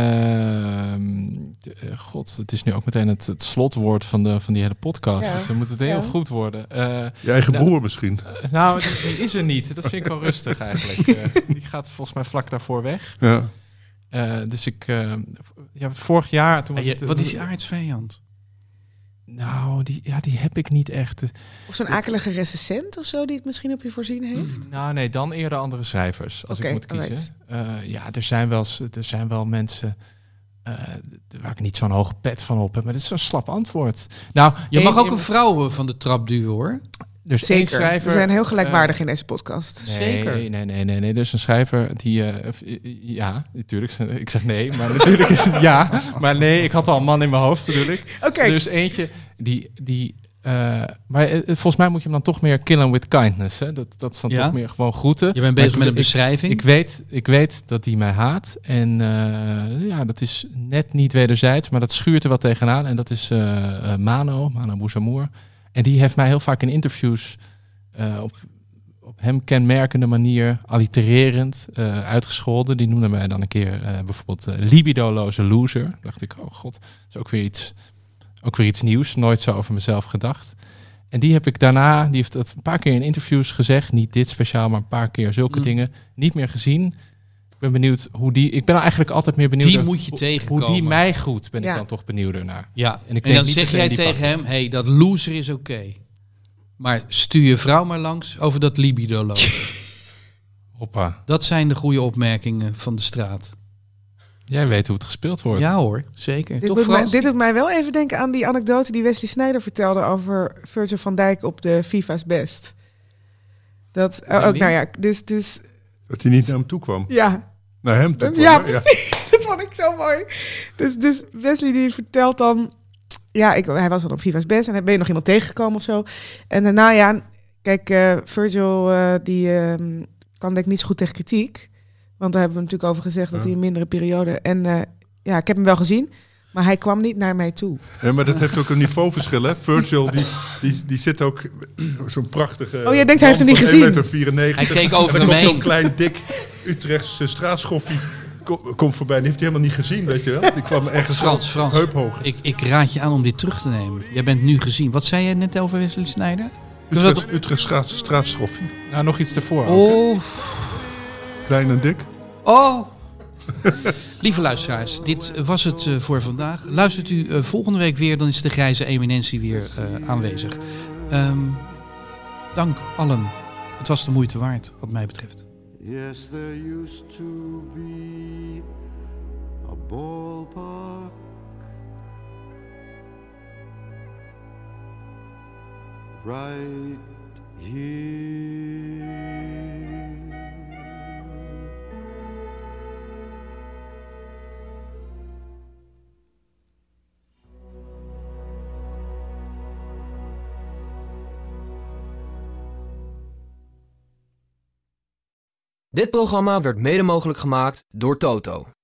de, God, het is nu ook meteen het, het slotwoord van, de, van die hele podcast. Ja. Dus dan moet het heel ja. goed worden. Uh, Je eigen nou, broer misschien? Uh, nou, die, die is er niet. Dat vind ik wel rustig eigenlijk. Uh, die gaat volgens mij vlak daarvoor weg. Ja. Uh, dus ik... Uh, ja, vorig jaar... Toen was je, het, wat is je aardsvijand? Nou, die, ja, die heb ik niet echt. Of zo'n akelige recensent of zo die het misschien op je voorzien heeft? Nou nee, dan eerder andere cijfers als okay, ik moet kiezen. Uh, ja, er zijn wel, er zijn wel mensen uh, waar ik niet zo'n hoge pet van op heb, maar dit is zo'n slap antwoord. Nou, je mag ook een vrouw van de trap duwen, hoor. Dus Zeker. Schrijver, we zijn heel gelijkwaardig uh, in deze podcast. Nee, Zeker. Nee, nee, nee, nee. Dus een schrijver die... Uh, ja, natuurlijk. Ik zeg nee, maar natuurlijk is het ja. Maar nee, ik had al een man in mijn hoofd, bedoel ik. Oké. Okay. Dus eentje die... die uh, maar uh, volgens mij moet je hem dan toch meer killen with kindness. Hè? Dat, dat is dan ja? toch meer gewoon groeten. Je bent bezig maar met een beschrijving. Ik, ik, weet, ik weet dat hij mij haat. En uh, ja, dat is net niet wederzijds. Maar dat schuurt er wel tegenaan. En dat is uh, uh, Mano, Mano Bouzamour. En die heeft mij heel vaak in interviews... Uh, op, op hem kenmerkende manier, allitererend, uh, uitgescholden. Die noemde mij dan een keer uh, bijvoorbeeld uh, libidoloze loser. Dacht ik, oh god, dat is ook weer iets, ook weer iets nieuws. Nooit zo over mezelf gedacht. En die heb ik daarna, die heeft het een paar keer in interviews gezegd. Niet dit speciaal, maar een paar keer zulke mm. dingen. Niet meer gezien. Ik ben benieuwd hoe die... Ik ben eigenlijk altijd meer benieuwd... Die moet je hoe, tegenkomen. Hoe die mij groet, ben ja. ik dan toch benieuwder naar. Ja, en, ik en dan niet zeg jij tegen hem, hé, hey, dat loser is oké. Okay. Maar stuur je vrouw maar langs over dat libido. Hoppa. Dat zijn de goede opmerkingen van de straat. Jij weet hoe het gespeeld wordt. Ja hoor, zeker. Dit, Toch, doet, Frans? mij, dit doet mij wel even denken aan die anekdote die Wesley Sneijder vertelde over Virgil van Dijk op de FIFA's Best. Dat uh, ook, nou ja, dus, dus... Dat hij niet naar hem toe kwam. Ja. Naar hem toe kwam. Ja, precies. Ja. Dat vond ik zo mooi. Dus, dus Wesley die vertelt dan... Ja, ik, hij was al op FIFA's Best en dan ben je nog iemand tegengekomen of zo. En daarna, ja, kijk, uh, Virgil uh, die uh, kan denk ik niet zo goed tegen kritiek. Want daar hebben we natuurlijk over gezegd dat ja. hij een mindere periode... En uh, ja, ik heb hem wel gezien, maar hij kwam niet naar mij toe. Ja, maar dat heeft ook een niveauverschil, hè? Virgil, die, die, die zit ook zo'n prachtige... Oh, jij denkt hij heeft hem niet gezien? één komma vierennegentig Hij keek over hem heen. Zo'n klein, dik Utrechtse straatschoffie komt voorbij. Die heeft hij helemaal niet gezien, weet je wel? Die kwam ergens Frans, Frans, heuphoog. Ik, ik raad je aan om dit terug te nemen. Jij bent nu gezien. Wat zei jij net over Wesley Sneijder? Utrecht, op... Utrecht straat, straatschoffie. Nou, nog iets ervoor. Oh. Ook, klein en dik. Oh. Lieve luisteraars, dit was het uh, voor vandaag. Luistert u uh, volgende week weer, dan is de grijze eminentie weer uh, aanwezig. Um, dank allen. Het was de moeite waard, wat mij betreft. Yes, there used to be a ballpark right here. Dit programma werd mede mogelijk gemaakt door Toto.